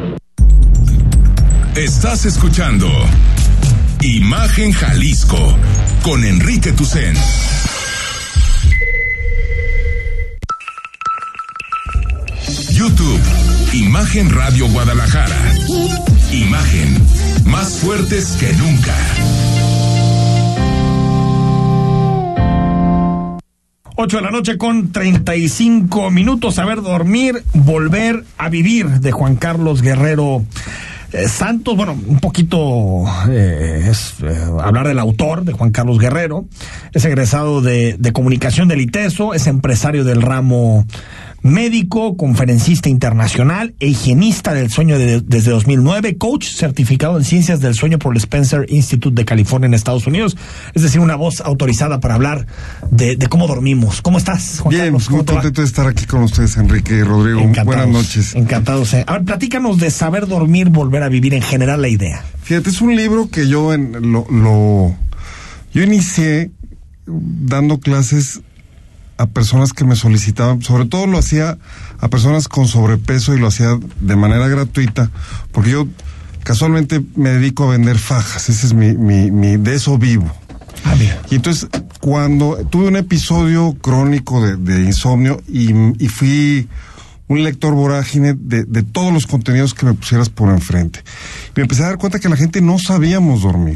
A: Estás escuchando Imagen Jalisco con Enrique Tucen. YouTube, Imagen Radio Guadalajara. Imagen, más fuertes que nunca.
B: Ocho de la noche con treinta y cinco minutos. Saber dormir, volver a vivir, de Juan Carlos Guerrero eh, Santos. Bueno, un poquito eh, es eh, hablar del autor, de Juan Carlos Guerrero. Es egresado de, de comunicación del ITESO, es empresario del ramo médico, conferencista internacional e higienista del sueño de, desde dos mil nueve, coach certificado en ciencias del sueño por el Spencer Institute de California en Estados Unidos, es decir, una voz autorizada para hablar de, de cómo dormimos. ¿Cómo estás, Juan
Q: Bien,
B: Carlos?
Q: muy contento de estar aquí con ustedes, Enrique y Rodrigo.
B: Encantados,
Q: buenas noches.
B: Encantados. Eh. A ver, platícanos de Saber Dormir, Volver a Vivir, en general la idea.
Q: Fíjate, es un libro que yo en, lo, lo yo inicié dando clases a personas que me solicitaban, sobre todo lo hacía a personas con sobrepeso y lo hacía de manera gratuita, porque yo casualmente me dedico a vender fajas, ese es mi, mi, mi de eso vivo.
B: Ah, bien.
Q: Y entonces, cuando tuve un episodio crónico de, de insomnio y, y fui un lector vorágine de, de todos los contenidos que me pusieras por enfrente, y me empecé a dar cuenta que la gente no sabíamos dormir.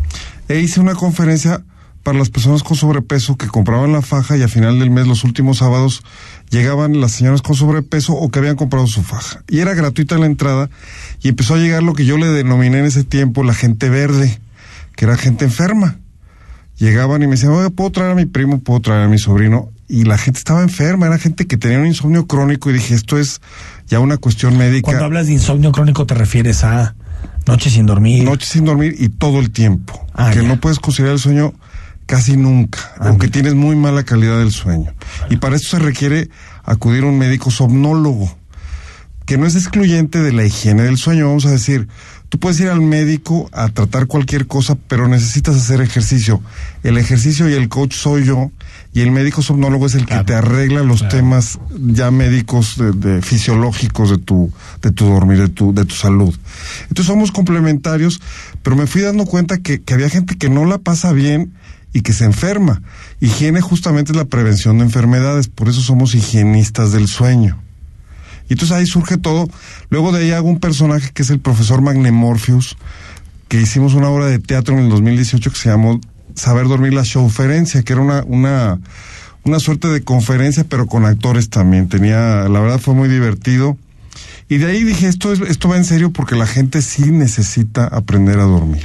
Q: E hice una conferencia para las personas con sobrepeso que compraban la faja y a final del mes, los últimos sábados, llegaban las señoras con sobrepeso o que habían comprado su faja. Y era gratuita la entrada y empezó a llegar lo que yo le denominé en ese tiempo la gente verde, que era gente enferma. Llegaban y me decían, oye, ¿puedo traer a mi primo? ¿Puedo traer a mi sobrino? Y la gente estaba enferma, era gente que tenía un insomnio crónico y dije, esto es ya una cuestión médica.
B: Cuando hablas de insomnio crónico te refieres a noches sin dormir.
Q: Noches sin dormir y todo el tiempo.
B: Ah,
Q: que
B: ya.
Q: no puedes considerar el sueño casi nunca, ah, aunque tienes muy mala calidad del sueño. Y para esto se requiere acudir a un médico somnólogo, que no es excluyente de la higiene del sueño. Vamos a decir, tú puedes ir al médico a tratar cualquier cosa, pero necesitas hacer ejercicio. El ejercicio y el coach soy yo, y el médico somnólogo es el claro. que te arregla los claro. temas ya médicos, de, de fisiológicos de tu, de tu dormir, de tu, de tu salud. Entonces somos complementarios, pero me fui dando cuenta que, que había gente que no la pasa bien y que se enferma. Higiene justamente es la prevención de enfermedades, por eso somos higienistas del sueño. Y entonces ahí surge todo. Luego de ahí hago un personaje que es el profesor Magnemorpheus, que hicimos una obra de teatro en el dos mil dieciocho que se llamó Saber Dormir, la Showferencia, que era una, una, una suerte de conferencia, pero con actores también. Tenía, la verdad fue muy divertido. Y de ahí dije, esto es, esto va en serio porque la gente sí necesita aprender a dormir.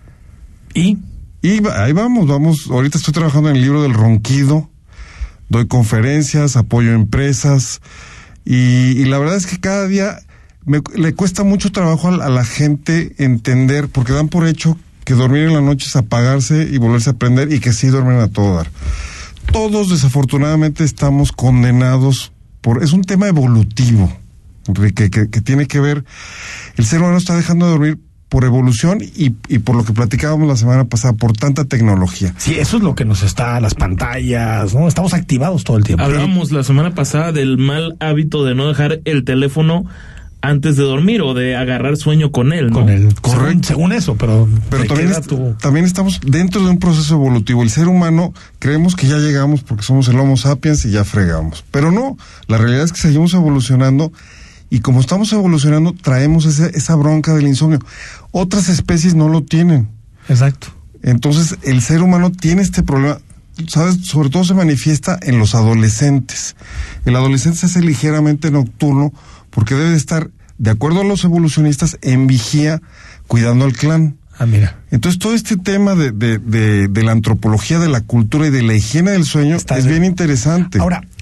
B: ¿Y?
Q: Y ahí vamos, vamos, ahorita estoy trabajando en el libro del ronquido, doy conferencias, apoyo empresas, y, y la verdad es que cada día me, le cuesta mucho trabajo a, a la gente entender, porque dan por hecho que dormir en la noche es apagarse y volverse a prender, y que sí duermen a todo dar. Todos desafortunadamente estamos condenados por, es un tema evolutivo, que, que, que tiene que ver, el ser humano está dejando de dormir por evolución y, y por lo que platicábamos la semana pasada, por tanta tecnología.
B: Sí, eso es lo que nos está, las pantallas, ¿no? Estamos activados todo el tiempo.
C: Hablábamos la semana pasada del mal hábito de no dejar el teléfono antes de dormir o de agarrar sueño con él, ¿no?
B: Con él, correcto. Según, según eso, pero,
Q: pero también, est tu... también estamos dentro de un proceso evolutivo. El ser humano creemos que ya llegamos porque somos el Homo sapiens y ya fregamos. Pero no, la realidad es que seguimos evolucionando. Y como estamos evolucionando, traemos ese, esa bronca del insomnio. Otras especies no lo tienen.
B: Exacto.
Q: Entonces, el ser humano tiene este problema, ¿sabes? Sobre todo se manifiesta en los adolescentes. El adolescente se hace ligeramente nocturno porque debe estar, de acuerdo a los evolucionistas, en vigía, cuidando al clan.
B: Ah, mira.
Q: Entonces, todo este tema de, de, de, de la antropología, de la cultura y de la higiene del sueño Está es bien. bien interesante.
B: Ahora,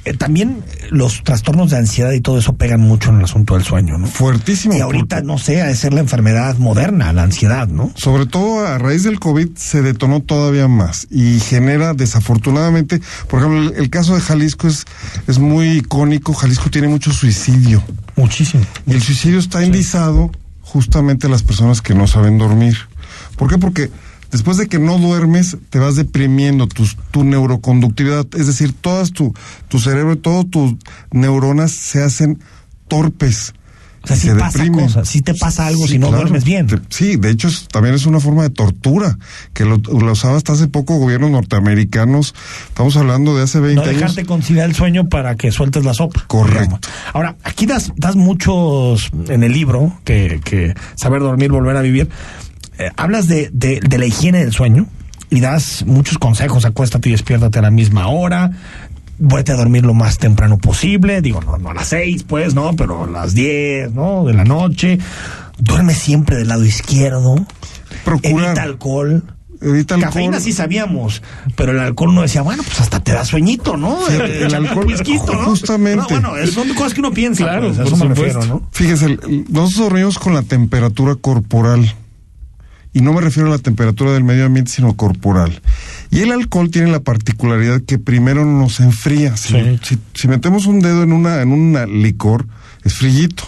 B: eh, también los trastornos de ansiedad y todo eso pegan mucho en el asunto del sueño, ¿no?
Q: Fuertísimo.
B: Y ahorita, no sé, ha de ser la enfermedad moderna, la ansiedad, ¿no?
Q: Sobre todo a raíz del COVID se detonó todavía más y genera desafortunadamente, por ejemplo, el, el caso de Jalisco es, es muy icónico. Jalisco tiene mucho suicidio.
B: Muchísimo.
Q: Y el suicidio está indizado justamente a las personas que no saben dormir. ¿Por qué? Porque después de que no duermes, te vas deprimiendo tu, tu neuroconductividad, es decir, todas tu, tu cerebro y todas tus neuronas se hacen torpes.
B: O sea, si pasa cosas, si te pasa algo
Q: sí,
B: si no
Q: claro.
B: duermes bien.
Q: Te, sí, de hecho es, también es una forma de tortura, que lo, lo usaba hasta hace poco gobiernos norteamericanos, estamos hablando de hace veinte
B: años. No dejarte
Q: años.
B: conciliar el sueño para que sueltes la sopa.
Q: Correcto.
B: Digamos. Ahora, aquí das, das muchos en el libro, que, que Saber Dormir, Volver a Vivir. Eh, hablas de, de, de la higiene del sueño y das muchos consejos. Acuéstate y despiértate a la misma hora, vuelve a dormir lo más temprano posible, digo, no, no a las seis, pues, no, pero a las diez, ¿no? De la noche. Duerme siempre del lado izquierdo.
Q: Procurar.
B: Evita alcohol.
Q: Evita alcohol.
B: Cafeína sí sabíamos, pero el alcohol no decía, bueno, pues hasta te da sueñito, ¿no?
Q: Sí, el, el alcohol,
B: whisquito, ¿no?
Q: justamente.
B: No, bueno, son cosas que uno piensa,
Q: claro,
B: pues,
Q: por
B: eso me
Q: supuesto.
B: refiero, ¿no?
Q: Fíjese, el, el, nosotros dormimos con la temperatura corporal. Y no me refiero a la temperatura del medio ambiente, sino corporal. Y el alcohol tiene la particularidad que primero nos enfría. Si, sí. si, si metemos un dedo en una en un licor, es frillito.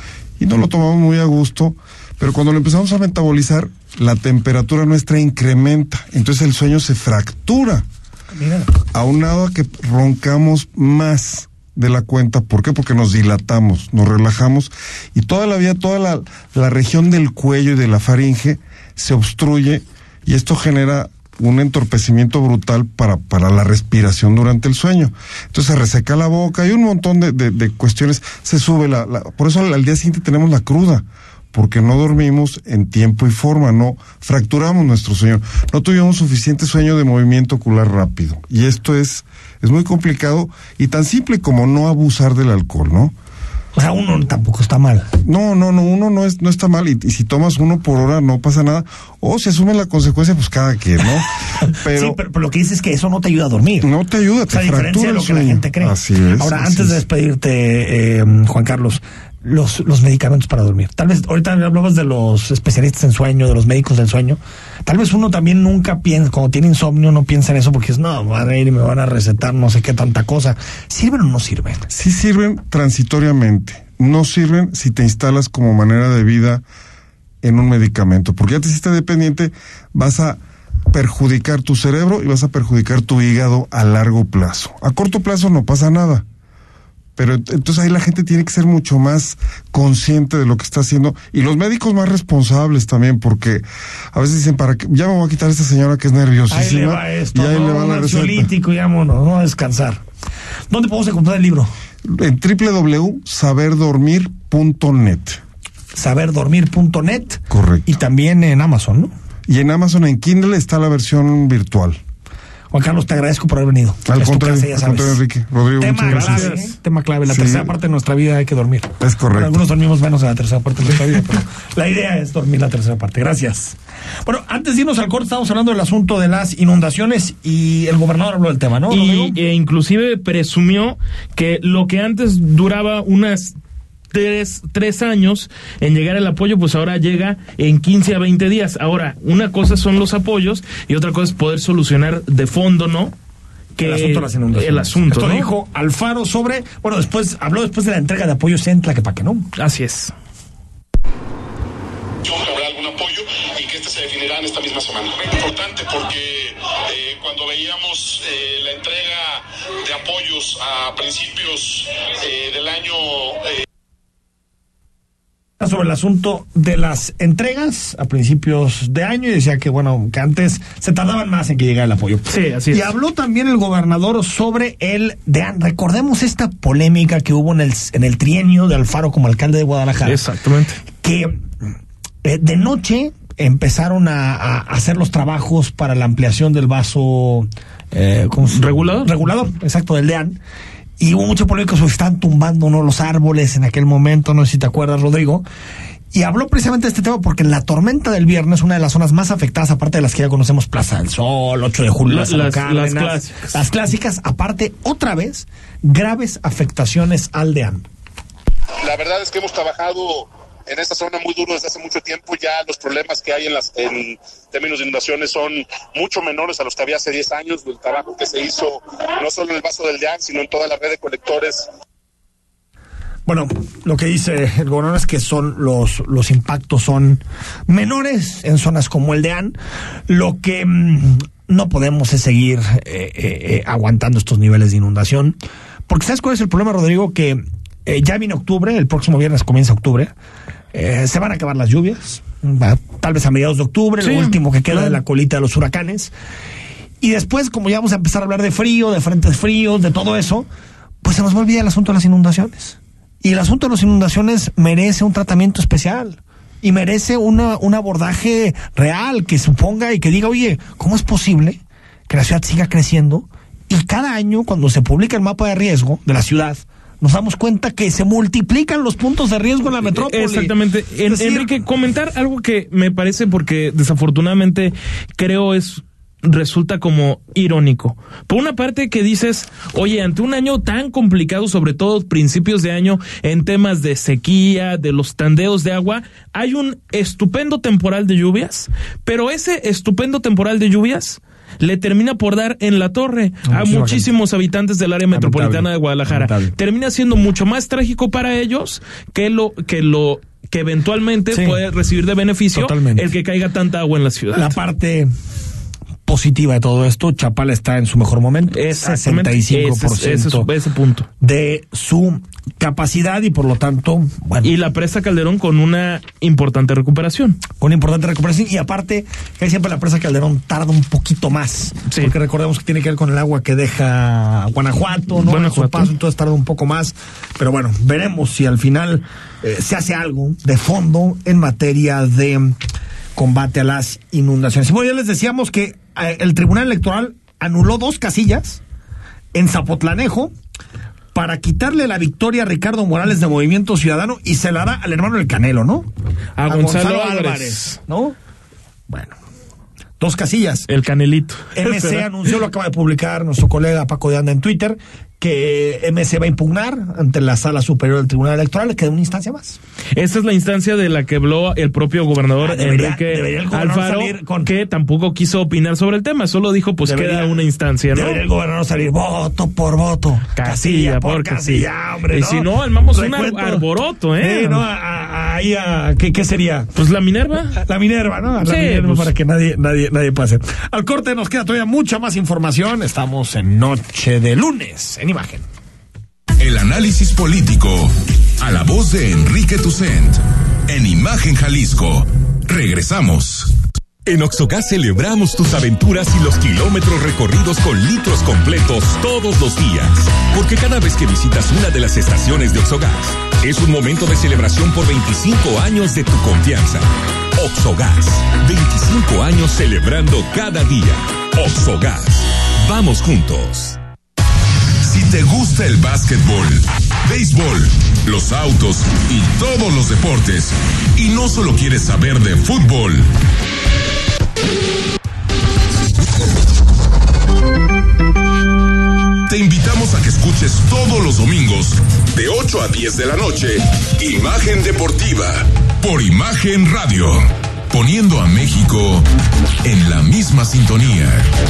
Q: Y no lo tomamos muy a gusto, pero cuando lo empezamos a metabolizar, la temperatura nuestra incrementa. Entonces el sueño se fractura.
B: Mira.
Q: Aunado a que roncamos más de la cuenta. ¿Por qué? Porque nos dilatamos, nos relajamos. Y toda la vida, toda la, la región del cuello y de la faringe se obstruye y esto genera un entorpecimiento brutal para, para la respiración durante el sueño. Entonces se reseca la boca y un montón de, de, de cuestiones. Se sube la, la... Por eso al, al día siguiente tenemos la cruda, porque no dormimos en tiempo y forma, no fracturamos nuestro sueño. No tuvimos suficiente sueño de movimiento ocular rápido. Y esto es, es muy complicado y tan simple como no abusar del alcohol, ¿no?
B: O sea, uno tampoco está mal.
Q: No, no, no, uno no es, no está mal, y, y si tomas uno por hora no pasa nada, o si asume la consecuencia, pues cada quien, ¿no?
B: Pero, sí, pero, pero lo que dices es que eso no te ayuda a dormir.
Q: No te ayuda, te
B: o sea, a diferencia de lo que la gente cree.
Q: Así es.
B: Ahora,
Q: así
B: antes
Q: es.
B: de despedirte, eh, Juan Carlos, los, los medicamentos para dormir. Tal vez, ahorita hablabas de los especialistas en sueño, de los médicos del sueño. Tal vez uno también nunca piensa, cuando tiene insomnio, no piensa en eso porque es, no, van a ir y me van a recetar no sé qué tanta cosa. ¿Sirven o no sirven?
Q: Sí sirven transitoriamente. No sirven si te instalas como manera de vida en un medicamento, porque ya te hiciste dependiente, vas a perjudicar tu cerebro y vas a perjudicar tu hígado a largo plazo. A corto plazo no pasa nada, pero entonces ahí la gente tiene que ser mucho más consciente de lo que está haciendo y los médicos más responsables también, porque a veces dicen, para que ya me voy a quitar a esta señora que es nerviosísima,
B: ahí le va esto,
Q: y ahí
B: no,
Q: le va la receta.
B: Ansiolítico, ya vámonos, no a descansar. ¿Dónde podemos encontrar el libro?
Q: En doble u doble u doble u punto saber dormir punto net.
B: saber dormir punto net.
Q: Correcto.
B: Y también en Amazon, ¿no?
Q: Y en Amazon, en Kindle, está la versión virtual.
B: Juan Carlos, te agradezco por haber venido.
Q: Al
B: Es
Q: contrario,
B: tu casa, ya
Q: al
B: sabes.
Q: contrario, Enrique. Rodrigo,
B: tema
Q: muchas
B: clave,
Q: gracias.
B: ¿eh? Tema clave. La
Q: Sí.
B: tercera parte de nuestra vida hay que dormir.
Q: Es correcto.
B: Bueno, algunos dormimos menos en la tercera parte de nuestra vida, pero la idea es dormir la tercera parte. Gracias. Bueno, antes de irnos al corte, estábamos hablando del asunto de las inundaciones y el gobernador habló del tema, ¿no?
C: Y e inclusive presumió que lo que antes duraba unas Tres, tres años en llegar el apoyo, pues ahora llega en quince a veinte días. Ahora, una cosa son los apoyos y otra cosa es poder solucionar de fondo, ¿no? Que
B: el asunto de las inundaciones.
C: El asunto,
B: Esto
C: ¿no?
B: dijo Alfaro sobre, bueno, después, habló después de la entrega de apoyos en Tlaquepaque, ¿no?
C: Así es.
R: Habrá algún apoyo y que este se definirá en esta misma semana. Es importante porque eh, cuando veíamos eh, la entrega de apoyos a principios eh, del año... Eh,
B: sobre el asunto de las entregas a principios de año y decía que bueno, que antes se tardaban más en que llegara el apoyo.
C: Sí, así es.
B: Y habló también el gobernador sobre el de recordemos esta polémica que hubo en el en el trienio de Alfaro como alcalde de Guadalajara.
C: Exactamente.
B: Que eh, de noche empezaron a, a hacer los trabajos para la ampliación del vaso eh, ¿cómo se...
C: regulador.
B: Regulador, exacto, del DEAN. Y hubo mucha polémica sobre que estaban tumbando, ¿no?, los árboles en aquel momento, no sé si te acuerdas, Rodrigo. Y habló precisamente de este tema porque en la tormenta del viernes, una de las zonas más afectadas, aparte de las que ya conocemos, Plaza del Sol, ocho de julio,
C: las,
B: las,
C: las,
B: Cárdenas,
C: las clásicas.
B: Las clásicas, aparte, otra vez, graves afectaciones al DEAN.
R: La verdad es que hemos trabajado en esta zona muy duro desde hace mucho tiempo. Ya los problemas que hay en, las, en términos de inundaciones son mucho menores a los que había hace diez años. El trabajo que se hizo no solo en el vaso del DEAN, sino en toda la red de colectores.
B: Bueno, lo que dice el gobernador es que son los, los impactos son menores en zonas como el DEAN. Lo que mmm, no podemos es seguir eh, eh, aguantando estos niveles de inundación. Porque ¿sabes cuál es el problema, Rodrigo? Que eh, ya viene octubre, el próximo viernes comienza octubre, eh, se van a acabar las lluvias, va, tal vez a mediados de octubre, sí, lo último que queda claro. de la colita de los huracanes. Y después, como ya vamos a empezar a hablar de frío, de frentes fríos, de todo eso, pues se nos va a olvidar el asunto de las inundaciones. Y el asunto de las inundaciones merece un tratamiento especial y merece una, un abordaje real que suponga y que diga, oye, ¿cómo es posible que la ciudad siga creciendo? Y cada año, cuando se publica el mapa de riesgo de la ciudad, nos damos cuenta que se multiplican los puntos de riesgo en la metrópoli.
C: Exactamente. En, decir, Enrique, comentar algo que me parece, porque desafortunadamente creo es... resulta como irónico. Por una parte que dices, oye, ante un año tan complicado, sobre todo principios de año, en temas de sequía, de los tandeos de agua, hay un estupendo temporal de lluvias, pero ese estupendo temporal de lluvias le termina por dar en la torre no, a muchísimos gente. habitantes del área metropolitana de Guadalajara. Lamentable. Termina siendo mucho más trágico para ellos que lo que lo que eventualmente sí. puede recibir de beneficio Totalmente. el que caiga tanta agua en la ciudad.
B: La parte positiva de todo esto, Chapala está en su mejor momento, es sesenta y cinco por ciento
C: ese, ese, ese punto
B: de su capacidad y por lo tanto, bueno.
C: Y la presa Calderón con una importante recuperación.
B: Con una importante recuperación y aparte, que siempre la presa Calderón tarda un poquito más, sí. porque recordemos que tiene que ver con el agua que deja Guanajuato, ¿no?
C: Guanajuato.
B: En su paso, entonces tarda un poco más, pero bueno, veremos si al final eh, se hace algo de fondo en materia de combate a las inundaciones. Y bueno, ya les decíamos que eh, el Tribunal Electoral anuló dos casillas en Zapotlanejo para quitarle la victoria a Ricardo Morales de Movimiento Ciudadano y se la da al hermano del Canelo, ¿no?
C: A, a Gonzalo, Gonzalo Álvarez. Álvarez,
B: ¿no? Bueno, dos casillas.
C: El Canelito.
B: M C anunció, lo acaba de publicar nuestro colega Paco de Anda en Twitter, que M C va a impugnar ante la Sala Superior del Tribunal Electoral, que da una instancia más.
C: Esa es la instancia de la que habló el propio gobernador ah, debería, Enrique debería el gobernador Alfaro, con... que tampoco quiso opinar sobre el tema, solo dijo, pues debería, queda una instancia, ¿no?
B: Debería el gobernador salir voto por voto,
C: casilla, casilla por, por casilla, casilla, hombre,
B: y
C: ¿no?
B: si no, armamos un arboroto, ¿eh? Sí, ¿no? Ahí, a, a, ¿qué, ¿qué sería?
C: Pues la Minerva.
B: La Minerva, ¿no? La sí, Minerva pues... para que nadie, nadie, nadie pase. Al corte nos queda todavía mucha más información, estamos en Noche de Lunes, en Imagen.
A: El análisis político a la voz de Enrique Tucent en Imagen Jalisco. Regresamos.
M: En Oxogas celebramos tus aventuras y los kilómetros recorridos con litros completos todos los días. Porque cada vez que visitas una de las estaciones de Oxogas, es un momento de celebración por veinticinco años de tu confianza. Oxogas, veinticinco años celebrando cada día. Oxogas, vamos juntos.
A: Si te gusta el básquetbol, béisbol, los autos y todos los deportes, y no solo quieres saber de fútbol, te invitamos a que escuches todos los domingos, de ocho a diez de la noche, Imagen Deportiva, por Imagen Radio, poniendo a México en la misma sintonía.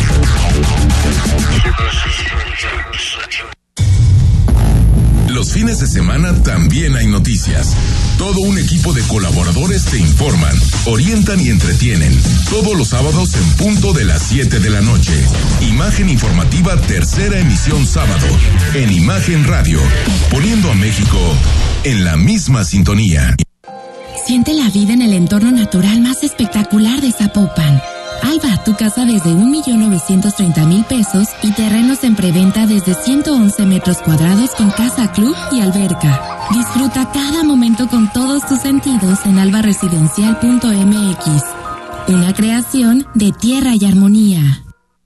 A: Los fines de semana también hay noticias. Todo un equipo de colaboradores te informan, orientan y entretienen. Todos los sábados en punto de las siete de la noche. Imagen Informativa, tercera emisión sábado. En Imagen Radio, poniendo a México en la misma sintonía.
I: Siente la vida en el entorno natural más espectacular de Zapopan. Alba, tu casa desde un millón novecientos treinta mil pesos y terrenos en preventa desde ciento once metros cuadrados con casa club y alberca. Disfruta cada momento con todos tus sentidos en alba residencial punto m x. Una creación de Tierra y Armonía.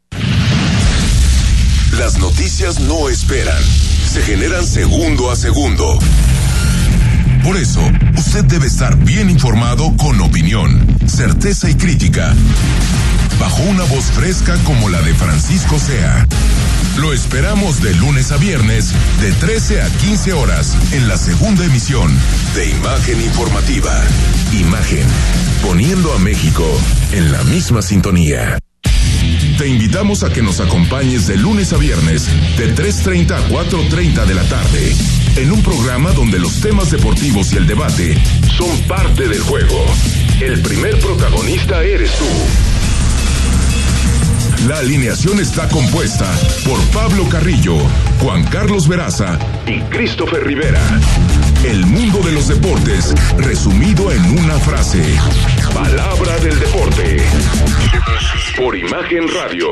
A: Las noticias no esperan, se generan segundo a segundo. Por Por eso, usted debe estar bien informado con opinión, certeza y crítica, bajo una voz fresca como la de Francisco Sea. Lo esperamos de lunes a viernes, de trece a quince horas, en la segunda emisión de Imagen Informativa. Imagen, poniendo a México en la misma sintonía. Te invitamos a que nos acompañes de lunes a viernes, de tres treinta a cuatro treinta de la tarde, en un programa donde los temas deportivos y el debate son parte del juego. El primer protagonista eres tú. La alineación está compuesta por Pablo Carrillo, Juan Carlos Veraza y Christopher Rivera. El mundo de los deportes resumido en una frase. Palabra del deporte. Por Imagen Radio.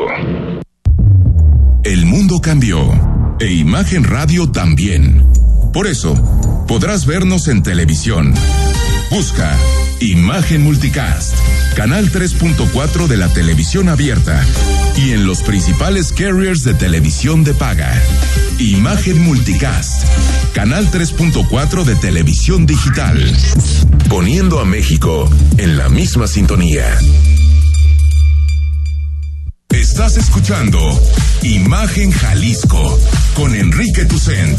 A: El mundo cambió e Imagen Radio también. Por eso, podrás vernos en televisión. Busca Imagen Multicast, canal tres punto cuatro de la televisión abierta y en los principales carriers de televisión de paga. Imagen Multicast, canal tres punto cuatro de televisión digital, poniendo a México en la misma sintonía. Estás escuchando Imagen Jalisco con Enrique Tucent.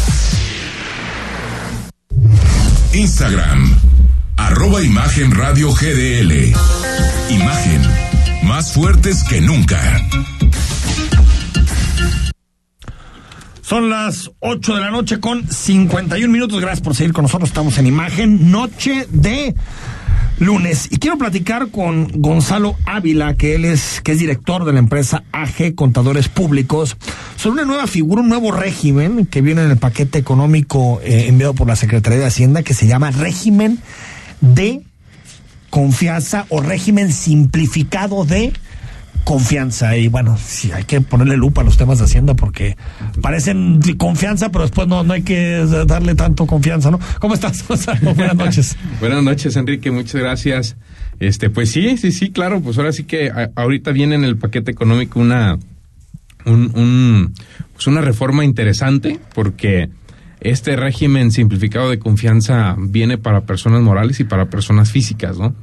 A: Instagram, arroba Imagen Radio G D L. Imagen, más fuertes que nunca.
B: Son las ocho de la noche con cincuenta y un minutos. Gracias por seguir con nosotros. Estamos en Imagen, noche de lunes. Y quiero platicar con Gonzalo Ávila, que él es, que es director de la empresa A G Contadores Públicos, sobre una nueva figura, un nuevo régimen que viene en el paquete económico eh, enviado por la Secretaría de Hacienda, que se llama régimen de confianza o régimen simplificado de confianza. Y bueno, sí, hay que ponerle lupa a los temas de Hacienda porque parecen confianza, pero después no, no hay que darle tanto confianza, ¿no? ¿Cómo estás, Gonzalo? Buenas noches.
S: Buenas noches, Enrique, muchas gracias. Este, pues sí, sí, sí, claro, pues ahora sí que a, ahorita viene en el paquete económico una un, un pues una reforma interesante porque este régimen simplificado de confianza viene para personas morales y para personas físicas, ¿no?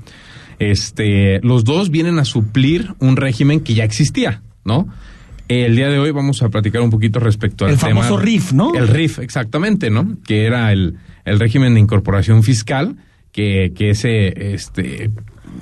S: Este, los dos vienen a suplir un régimen que ya existía, ¿no? El día de hoy vamos a platicar un poquito respecto al
B: el
S: tema. El
B: famoso R I F, ¿no?
S: El R I F, exactamente, ¿no? Que era el, el régimen de incorporación fiscal, que, que ese, este,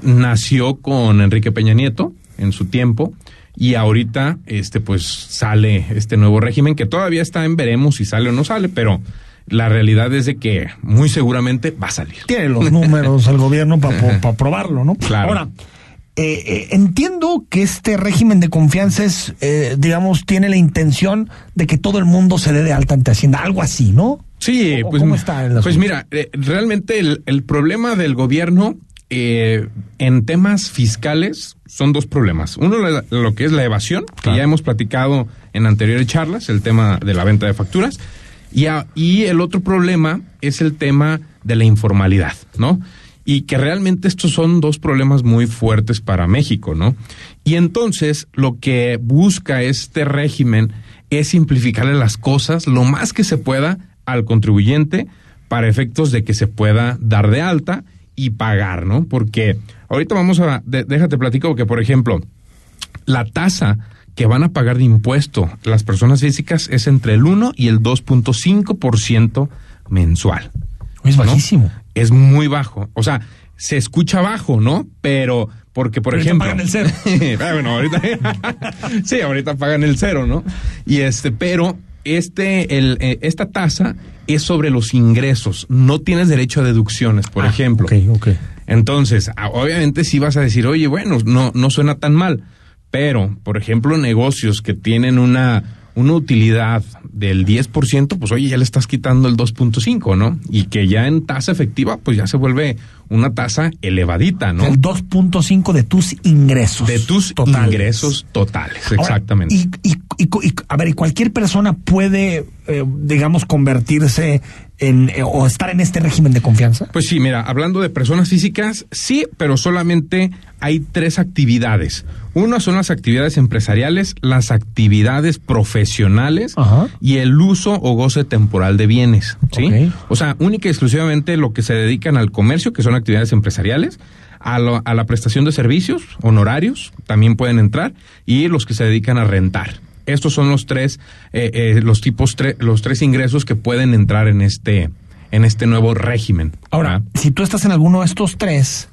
S: nació con Enrique Peña Nieto en su tiempo, y ahorita, este, pues, sale este nuevo régimen, que todavía está en veremos si sale o no sale, pero la realidad es de que muy seguramente va a salir.
B: Tiene los números el gobierno para pa probarlo, ¿no?
S: Claro.
B: Ahora, eh, eh, entiendo que este régimen de confianza es, eh, digamos, tiene la intención de que todo el mundo se dé de alta ante Hacienda, algo así, ¿no?
S: Sí,
B: ¿O,
S: pues,
B: ¿cómo está el asunto?
S: Pues mira, eh, realmente el, el problema del gobierno eh, en temas fiscales son dos problemas. Uno, la, lo que es la evasión, que claro, ya hemos platicado en anteriores charlas, el tema de la venta de facturas. Y, a, y el otro problema es el tema de la informalidad, ¿no? Y que realmente estos son dos problemas muy fuertes para México, ¿no? Y entonces lo que busca este régimen es simplificarle las cosas lo más que se pueda al contribuyente para efectos de que se pueda dar de alta y pagar, ¿no? Porque ahorita vamos a, de, déjate platico que, por ejemplo, la tasa que van a pagar de impuesto las personas físicas es entre el uno y el dos punto cinco por ciento mensual.
B: Es
S: ¿no?
B: bajísimo.
S: Es muy bajo. O sea, se escucha bajo, ¿no? Pero, porque, por
B: Pero
S: ejemplo...
B: pagan el cero.
S: ah, bueno, ahorita... sí, ahorita pagan el cero, ¿no? Y este, pero este, el, eh, esta tasa es sobre los ingresos. No tienes derecho a deducciones, por
B: ah,
S: ejemplo.
B: Ok, ok.
S: Entonces, obviamente sí vas a decir, oye, bueno, no, no suena tan mal. Pero, por ejemplo, negocios que tienen una, una utilidad del diez por ciento, pues oye, ya le estás quitando el dos punto cinco, ¿no? Y que ya en tasa efectiva, pues ya se vuelve una tasa elevadita, ¿no?
B: El dos punto cinco de tus ingresos.
S: De tus totales. ingresos totales, ahora, exactamente.
B: Y, y, y, y, a ver, ¿y cualquier persona puede, eh, digamos, convertirse en, eh, o estar en este régimen de confianza?
S: Pues sí, mira, hablando de personas físicas, sí, pero solamente hay tres actividades. Una son las actividades empresariales, las actividades profesionales Ajá. y el uso o goce temporal de bienes, ¿sí? Okay. O sea, única y exclusivamente lo que se dedican al comercio, que son actividades empresariales, a, lo, a la prestación de servicios, honorarios, también pueden entrar, y los que se dedican a rentar. Estos son los tres, eh, eh, los tipos, tre- los tres ingresos que pueden entrar en este, en este nuevo régimen.
B: Ahora, ¿verdad? Si tú estás en alguno de estos tres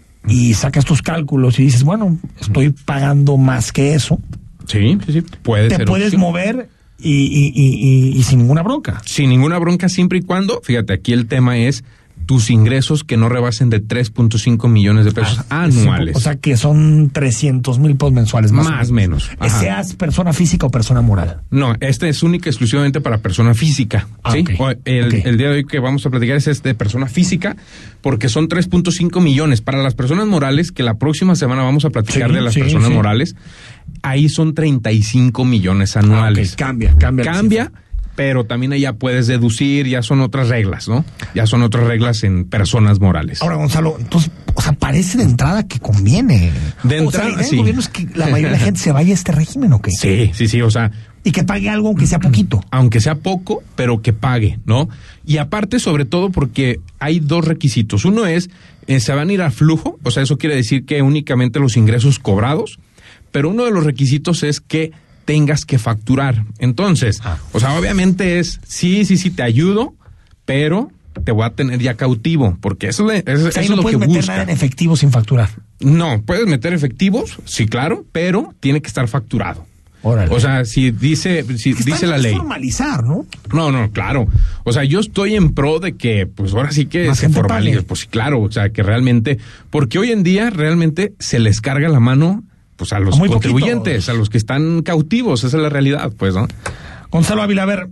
B: y sacas tus cálculos y dices, bueno, estoy pagando más que eso.
S: Sí, sí, sí, puede
B: te
S: ser.
B: Te puedes opción. mover y, y, y, y, y sin ninguna bronca.
S: Sin ninguna bronca, siempre y cuando, fíjate, aquí el tema es tus ingresos que no rebasen de tres punto cinco millones de pesos ah, anuales.
B: O sea, que son trescientos mil pesos mensuales. Más,
S: más o menos.
B: menos. ¿Seas persona física o persona moral?
S: No, este es única y exclusivamente para persona física. Ah, ¿sí? Okay. El, okay. el día de hoy que vamos a platicar es este de persona física, porque son tres punto cinco millones. Para las personas morales, que la próxima semana vamos a platicar sí, de las sí, personas sí. morales, ahí son treinta y cinco millones anuales.
B: Ah, okay. Cambia, cambia.
S: Cambia. Pero también ahí ya puedes deducir, ya son otras reglas, ¿no? Ya son otras reglas en personas morales.
B: Ahora, Gonzalo, entonces, o sea, parece de entrada que conviene.
S: De entrada,
B: o sea, la idea
S: sí.
B: del gobierno es que la mayoría de la gente se vaya a este régimen, ¿o qué?
S: Sí, sí, sí, o sea...
B: Y que pague algo, aunque sea poquito.
S: Aunque sea poco, pero que pague, ¿no? Y aparte, sobre todo, porque hay dos requisitos. Uno es, eh, se van a ir a flujo, o sea, eso quiere decir que únicamente los ingresos cobrados, pero uno de los requisitos es que tengas que facturar. Entonces, ah. o sea, obviamente es, sí, sí, sí, te ayudo, pero te voy a tener ya cautivo, porque eso, es, eso, o sea, eso
B: no
S: es lo que busca.
B: ¿No puedes meter nada en efectivo sin facturar?
S: No, puedes meter efectivos, sí, claro, pero tiene que estar facturado.
B: Órale.
S: O sea, si dice, si dice la ley.
B: Formalizar, ¿no?
S: No, no, claro. O sea, yo estoy en pro de que, pues ahora sí que se formalice. Pues sí, claro, o sea, que realmente, porque hoy en día realmente se les carga la mano pues a los Muy contribuyentes, poquitos. A los que están cautivos, esa es la realidad, pues, ¿no?
B: Gonzalo Ávila, a ver,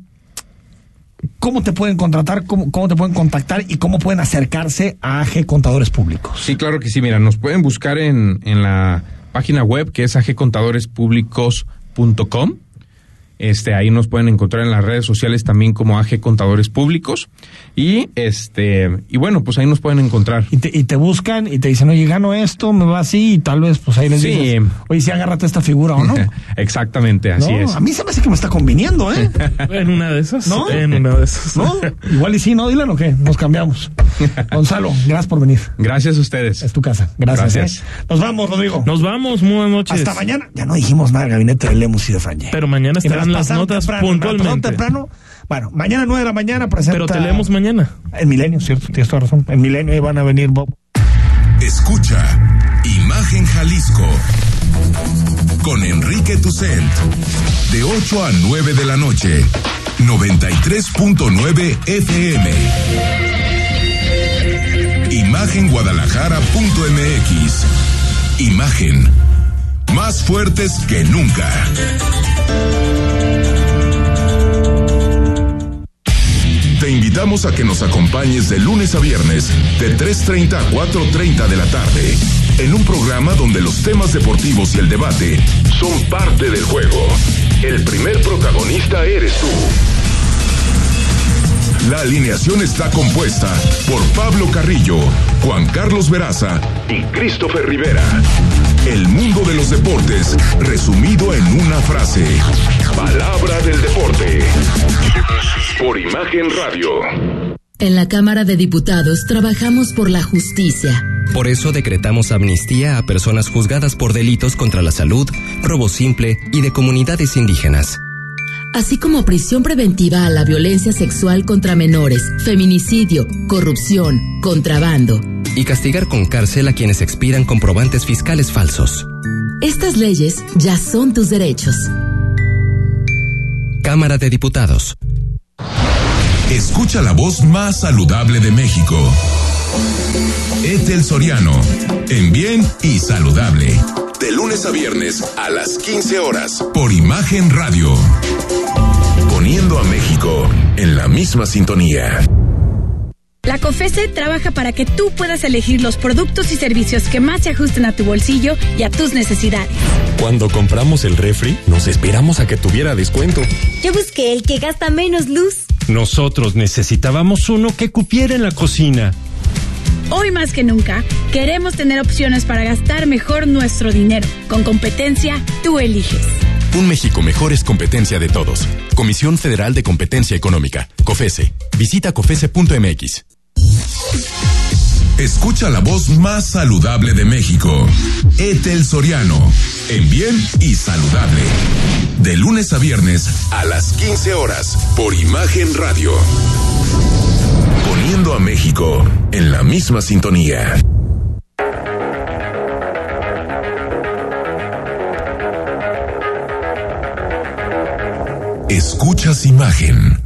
B: ¿cómo te pueden contratar, cómo, cómo te pueden contactar y cómo pueden acercarse a A G Contadores Públicos?
S: Sí, claro que sí, mira, nos pueden buscar en, en la página web que es a g contadores públicos punto com. Este, ahí nos pueden encontrar en las redes sociales también como A G Contadores Públicos. Y este, y bueno, pues ahí nos pueden encontrar.
B: Y te, y te buscan y te dicen, oye, gano esto, me va así, y tal vez, pues ahí les sí. dices, oye, sí, agárrate esta figura o no.
S: Exactamente, así
B: no,
S: es.
B: A mí se me hace que me está conviniendo, ¿eh?
C: En una de esas.
B: ¿No?
C: En una de esas.
B: ¿No? Igual y sí, ¿no? Dile lo que nos cambiamos. Gonzalo, gracias por venir.
S: Gracias a ustedes.
B: Es tu casa. Gracias.
S: Gracias.
B: ¿eh? Nos vamos, Rodrigo.
C: Nos vamos, muy buenas noches.
B: Hasta mañana. Ya no dijimos nada del gabinete de Lemus y de Franje.
C: Pero mañana estarán las notas temprano, puntualmente.
B: Temprano. Bueno, mañana nueve de la mañana presenta...
C: Pero te leemos mañana.
B: En Milenio, cierto, tienes toda razón. En Milenio ahí van a venir Bob.
A: Escucha Imagen Jalisco con Enrique Tucent de ocho a nueve de la noche, noventa y tres punto nueve F M. Imagen Guadalajara punto M X. Imagen. Más fuertes que nunca. Te invitamos a que nos acompañes de lunes a viernes de tres treinta a cuatro treinta de la tarde en un programa donde los temas deportivos y el debate son parte del juego. El primer protagonista eres tú. La alineación está compuesta por Pablo Carrillo, Juan Carlos Veraza y Christopher Rivera. El mundo de los deportes resumido en una frase. Palabra del deporte. Por Imagen Radio.
I: En la Cámara de Diputados trabajamos por la justicia.
T: Por eso decretamos amnistía a personas juzgadas por delitos contra la salud, robo simple y de comunidades indígenas.
I: Así como prisión preventiva a la violencia sexual contra menores, feminicidio, corrupción, contrabando.
T: Y castigar con cárcel a quienes expidan comprobantes fiscales falsos.
I: Estas leyes ya son tus derechos.
T: Cámara de Diputados.
A: Escucha la voz más saludable de México. Ethel Soriano, en Bien y Saludable. De lunes a viernes a las quince horas por Imagen Radio. Poniendo a México en la misma sintonía.
U: La COFESE trabaja para que tú puedas elegir los productos y servicios que más se ajusten a tu bolsillo y a tus necesidades.
V: Cuando compramos el refri, nos esperamos a que tuviera descuento.
W: Yo busqué el que gasta menos luz.
V: Nosotros necesitábamos uno que cupiera en la cocina.
U: Hoy más que nunca, queremos tener opciones para gastar mejor nuestro dinero. Con competencia, tú eliges.
M: Un México mejor es competencia de todos. Comisión Federal de Competencia Económica, COFESE. Visita cofese punto m x.
A: Escucha la voz más saludable de México. Etel Soriano. En bien y saludable. De lunes a viernes a las quince horas por Imagen Radio. Poniendo a México en la misma sintonía. Escuchas Imagen.